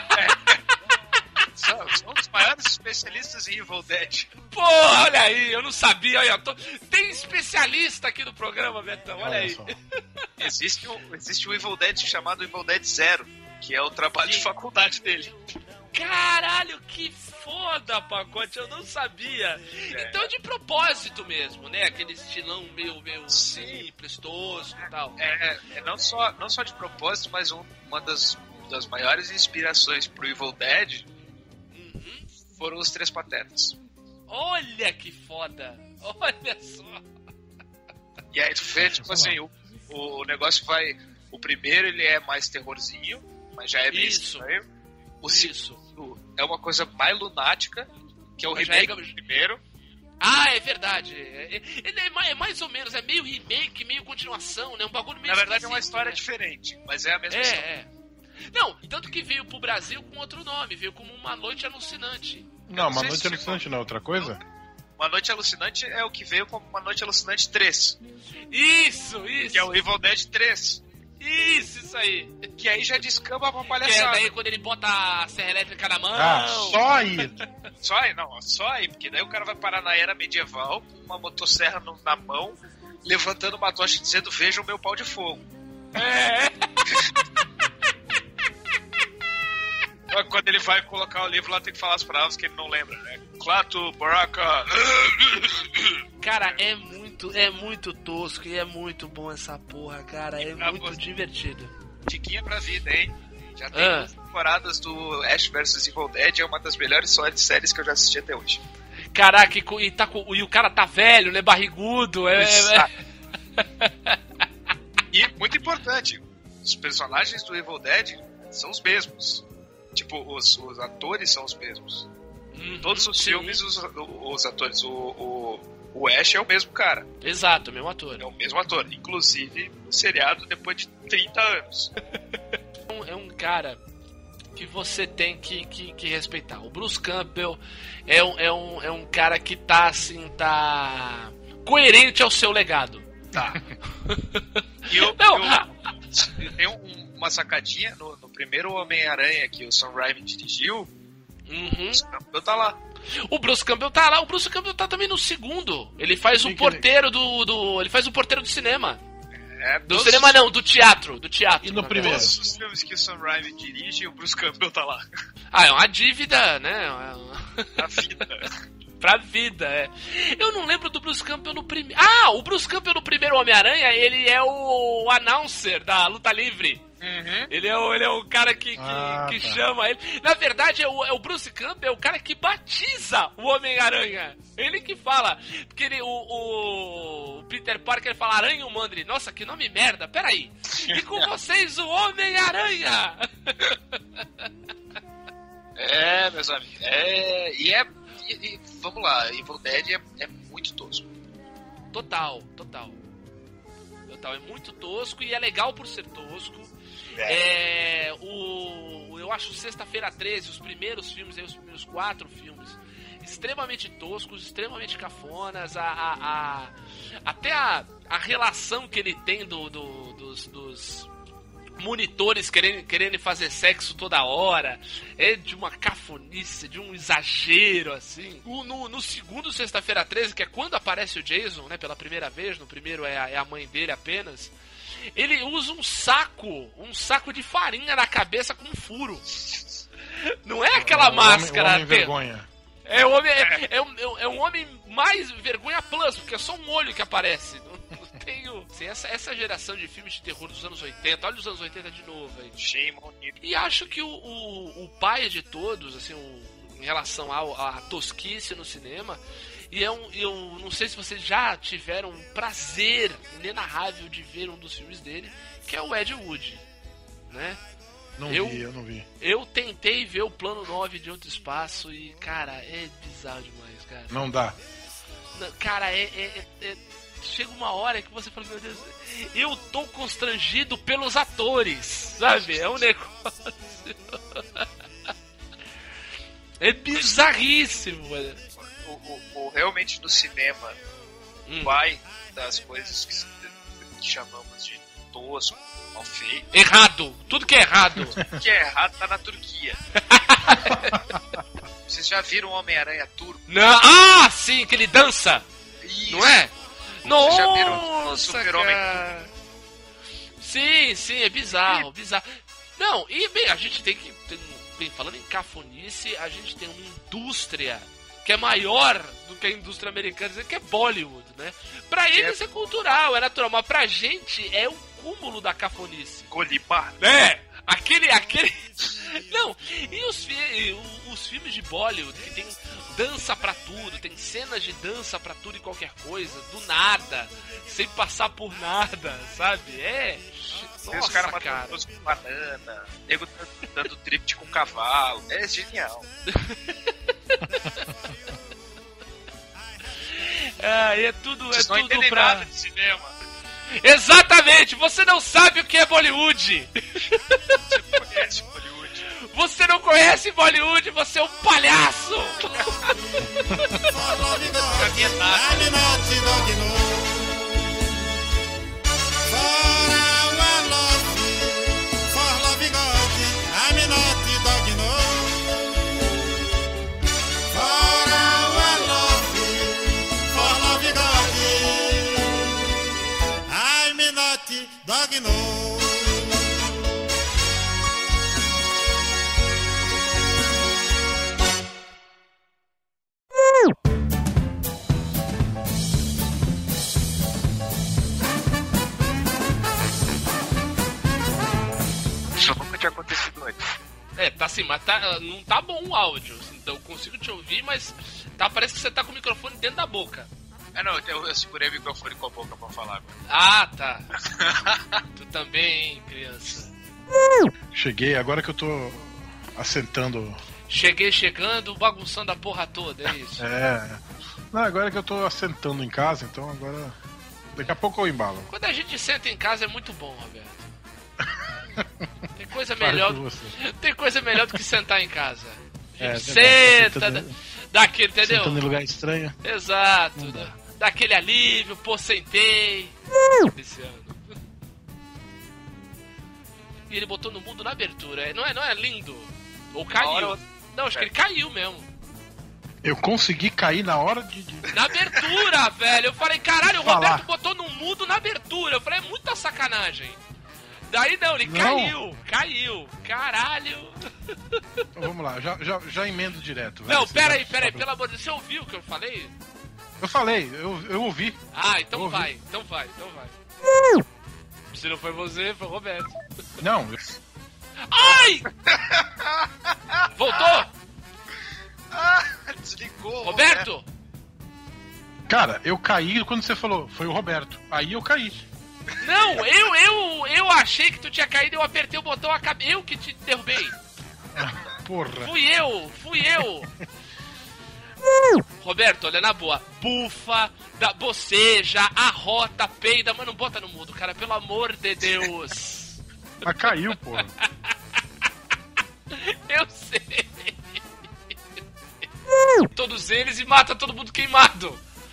São, são os maiores especialistas em Evil Dead. Pô, olha aí, eu não sabia. Olha, tô... Tem especialista aqui no programa, Betão, olha, olha aí. Só. Existe um, existe um Evil Dead chamado Evil Dead Zero, que é o trabalho que... de faculdade dele. Caralho, que foda, Pacote, eu não sabia. É. Então de propósito mesmo, né? Aquele estilão meio, meio simples, tosco e tal. É, é não, só, não só de propósito, mas um, uma das, das maiores inspirações pro Evil Dead uhum. foram os Três Patetas. Olha que foda, olha só. E aí tu vê, tipo assim, o, o negócio vai... O primeiro ele é mais terrorzinho, mas já é meio estranho. O segundo é uma coisa mais lunática, que é o Mas remake é... do primeiro. Ah, é verdade. Ele é, é mais ou menos, é meio remake, meio continuação, né? Um bagulho meio Na verdade é uma história né? diferente, mas é a mesma é, história. É. Não, tanto que veio pro Brasil com outro nome, veio como Uma Noite Alucinante. Não, não Uma Noite Alucinante não é outra coisa? Uma Noite Alucinante é o que veio como Uma Noite Alucinante três. Isso, isso. Que é o Evil Dead três. Isso, isso aí. Que aí já descamba pra palhaçada. Que é daí quando ele bota a serra elétrica na mão. Ah, só aí. Só aí, não, só aí, porque daí o cara vai parar na era medieval, com uma motosserra no, na mão, levantando uma tocha dizendo, veja o meu pau de fogo. É. Quando ele vai colocar o livro lá, tem que falar as palavras que ele não lembra, né? Clato, Baraka. Cara, é muito, é muito tosco e é muito bom essa porra, cara. É muito você... divertido. Diquinha pra vida, hein? Já tem ah. duas temporadas do Ash versus. Evil Dead, é uma das melhores séries que eu já assisti até hoje. Caraca, e, tá, e o cara tá velho, né? Barrigudo. É, é... E, muito importante, os personagens do Evil Dead são os mesmos. Tipo, os, os atores são os mesmos. Uhum, Todos os sim. filmes, os, os atores, o, o, o Ash é o mesmo cara. Exato, o mesmo ator. É o mesmo ator, inclusive no seriado depois de trinta anos. É um cara que você tem que, que, que respeitar. O Bruce Campbell é um, é, um, é um cara que tá assim, tá coerente ao seu legado. Tá. E eu, Não. eu, eu tenho um, uma sacadinha no, no primeiro Homem-Aranha que o Sam Raimi dirigiu. Uhum. O Bruce Campbell tá lá. O Bruce Campbell tá lá. O Bruce Campbell tá também no segundo. Ele faz o porteiro do, do. Ele faz o porteiro do cinema. É, do cinema os... não, do teatro. Do teatro. E no primeiro? Todos os filmes que o Sam Raimi dirige, o Bruce Campbell tá lá. Ah, é uma dívida, né? A vida. Pra vida, é. Eu não lembro do Bruce Campbell no primeiro. Ah, o Bruce Campbell no primeiro Homem-Aranha, ele é o announcer da luta livre. Uhum. Ele, é o, ele é o cara que, que, ah, que tá. chama ele. Na verdade, é o, é o Bruce Campbell, é o cara que batiza o Homem-Aranha. Ele que fala. Porque ele, o, o Peter Parker fala Aranha Humano. Nossa, que nome merda, peraí. E com vocês, o Homem-Aranha. É, meus amigos. É, e é. E, e, vamos lá, Evil Dead é, é muito tosco. Total, total. Total, é muito tosco e é legal por ser tosco. É. É, o, eu acho Sexta-feira treze, os primeiros filmes, os primeiros quatro filmes, extremamente toscos, extremamente cafonas. A, a, a, até a, a relação que ele tem do, do, dos, dos monitores querendo, querendo fazer sexo toda hora é de uma cafonice, de um exagero, assim. O, no, no segundo Sexta-feira treze, que é quando aparece o Jason, né, pela primeira vez, no primeiro é a, é a mãe dele apenas, ele usa um saco, um saco de farinha na cabeça com um furo. Não é aquela é, máscara... Homem, homem vergonha. É, um homem, é, é, um, é um homem mais vergonha plus, porque é só um olho que aparece. Não, não tenho... Assim, essa, essa geração de filmes de terror dos anos oitenta, olha os anos oitenta de novo aí. E acho que o, o, o pai de todos, assim, o, em relação ao, à tosquice no cinema, e é um, eu não sei se vocês já tiveram um prazer inenarrável de ver um dos filmes dele, que é o Ed Wood, né? Não eu, vi, eu não vi. Eu tentei ver o Plano nove de Outro Espaço e, cara, é bizarro demais, cara. Não dá. Não, cara, é, é, é, chega uma hora que você fala, meu Deus, eu tô constrangido pelos atores, sabe? É um negócio... é bizarríssimo, mano. O, o, o, realmente no cinema, hum. pai das coisas que, que chamamos de tosco, mal feito. Errado! Tudo que é errado! Tudo que é errado tá na Turquia. Vocês já viram o Homem-Aranha turco? Não. Ah, sim, que ele dança! Isso. Não é? Vocês já viram o Super-Homem turco? Sim, sim, é bizarro, bizarro. Não, e bem, a gente tem que... Tem, bem, falando em cafonice, a gente tem uma indústria que é maior do que a indústria americana, que é Bollywood, né? Pra eles é... é cultural, é natural, mas pra gente é o cúmulo da cafonice. Colimar. É, aquele, aquele... Não, e os, fi... os filmes de Bollywood que tem dança pra tudo, tem cenas de dança pra tudo e qualquer coisa, do nada, sem passar por nada, sabe? É... Nossa, os caras matando com banana, nego dando drift com cavalo. É genial. Ah, é tudo, Vocês é não tudo entendem pra... nada de cinema. Exatamente, você não sabe o que é Bollywood. Você não conhece Bollywood. Você não conhece Bollywood, você é um palhaço. Pra mim é nada. Dog no. Isso nunca tinha acontecido antes. É, tá assim, mas tá, não tá bom o áudio. Então eu consigo te ouvir, mas tá, parece que você tá com o microfone dentro da boca. É, não, eu, eu segurei o microfone com a boca pra falar. Ah, tá. Tu também, hein, criança. Cheguei, agora que eu tô assentando. Cheguei chegando, bagunçando a porra toda, é isso? É. Não, agora que eu tô assentando em casa, então agora. Daqui a pouco eu embalo. Quando a gente senta em casa é muito bom, Roberto. Tem coisa melhor. Tem coisa melhor do que sentar em casa. A gente é, senta, senta dá, dá aquele, entendeu? Sentando em lugar estranho. Exato. Dá, dá aquele alívio, pô, sentei. Esse ano. E ele botou no mundo na abertura. Não é, não é lindo? Ou caiu? Hora... Não, acho é. que ele caiu mesmo. Eu consegui cair na hora de... de... Na abertura, velho. Eu falei, caralho, o Roberto botou no mundo na abertura. Eu falei, é muita sacanagem. Daí não, ele não. caiu, caiu. Caralho. Então vamos lá, já, já, já emendo direto. Não, pera aí, pera aí, pelo amor de Deus. Você ouviu o que eu falei? Eu falei, eu, eu ouvi. Ah, então eu vai, ouvi. então vai, então vai. Se não foi você, foi o Roberto. Não. Eu... Ai! Voltou? Ah, desligou. Roberto? Roberto? Cara, eu caí quando você falou, foi o Roberto. Aí eu caí. Não, eu, eu, eu achei que tu tinha caído, eu apertei o botão, acabei, eu que te derrubei. Porra. Fui eu, fui eu. Roberto, olha na boa, bufa, da boceja, arrota, peida, mas não bota no mudo, cara, pelo amor de Deus. Mas caiu, porra. Eu sei. Todos eles e mata todo mundo queimado.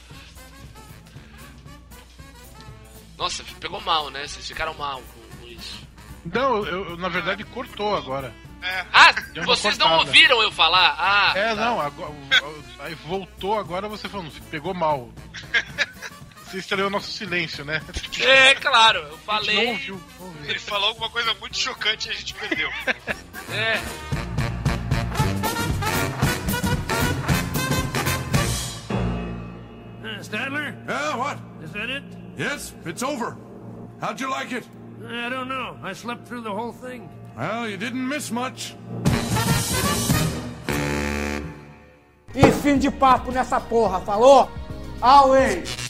Nossa, pegou mal, né? Vocês ficaram mal com, com isso. Não, eu, eu, na verdade cortou agora. É. Ah, vocês não ouviram eu falar? Ah, é, tá. não, agora, aí voltou agora você falando, pegou mal. Você estranhou o nosso silêncio, né? É, claro, eu falei. Não ouviu, não ouviu. Ele falou alguma coisa muito chocante e a gente perdeu. É. Uh, Stadler? Yeah, what? Is that it? Yes, it's over. How'd you like it? I don't know. I slept through the whole thing. Well, you didn't miss much. E fim de papo nessa porra, falou? Away!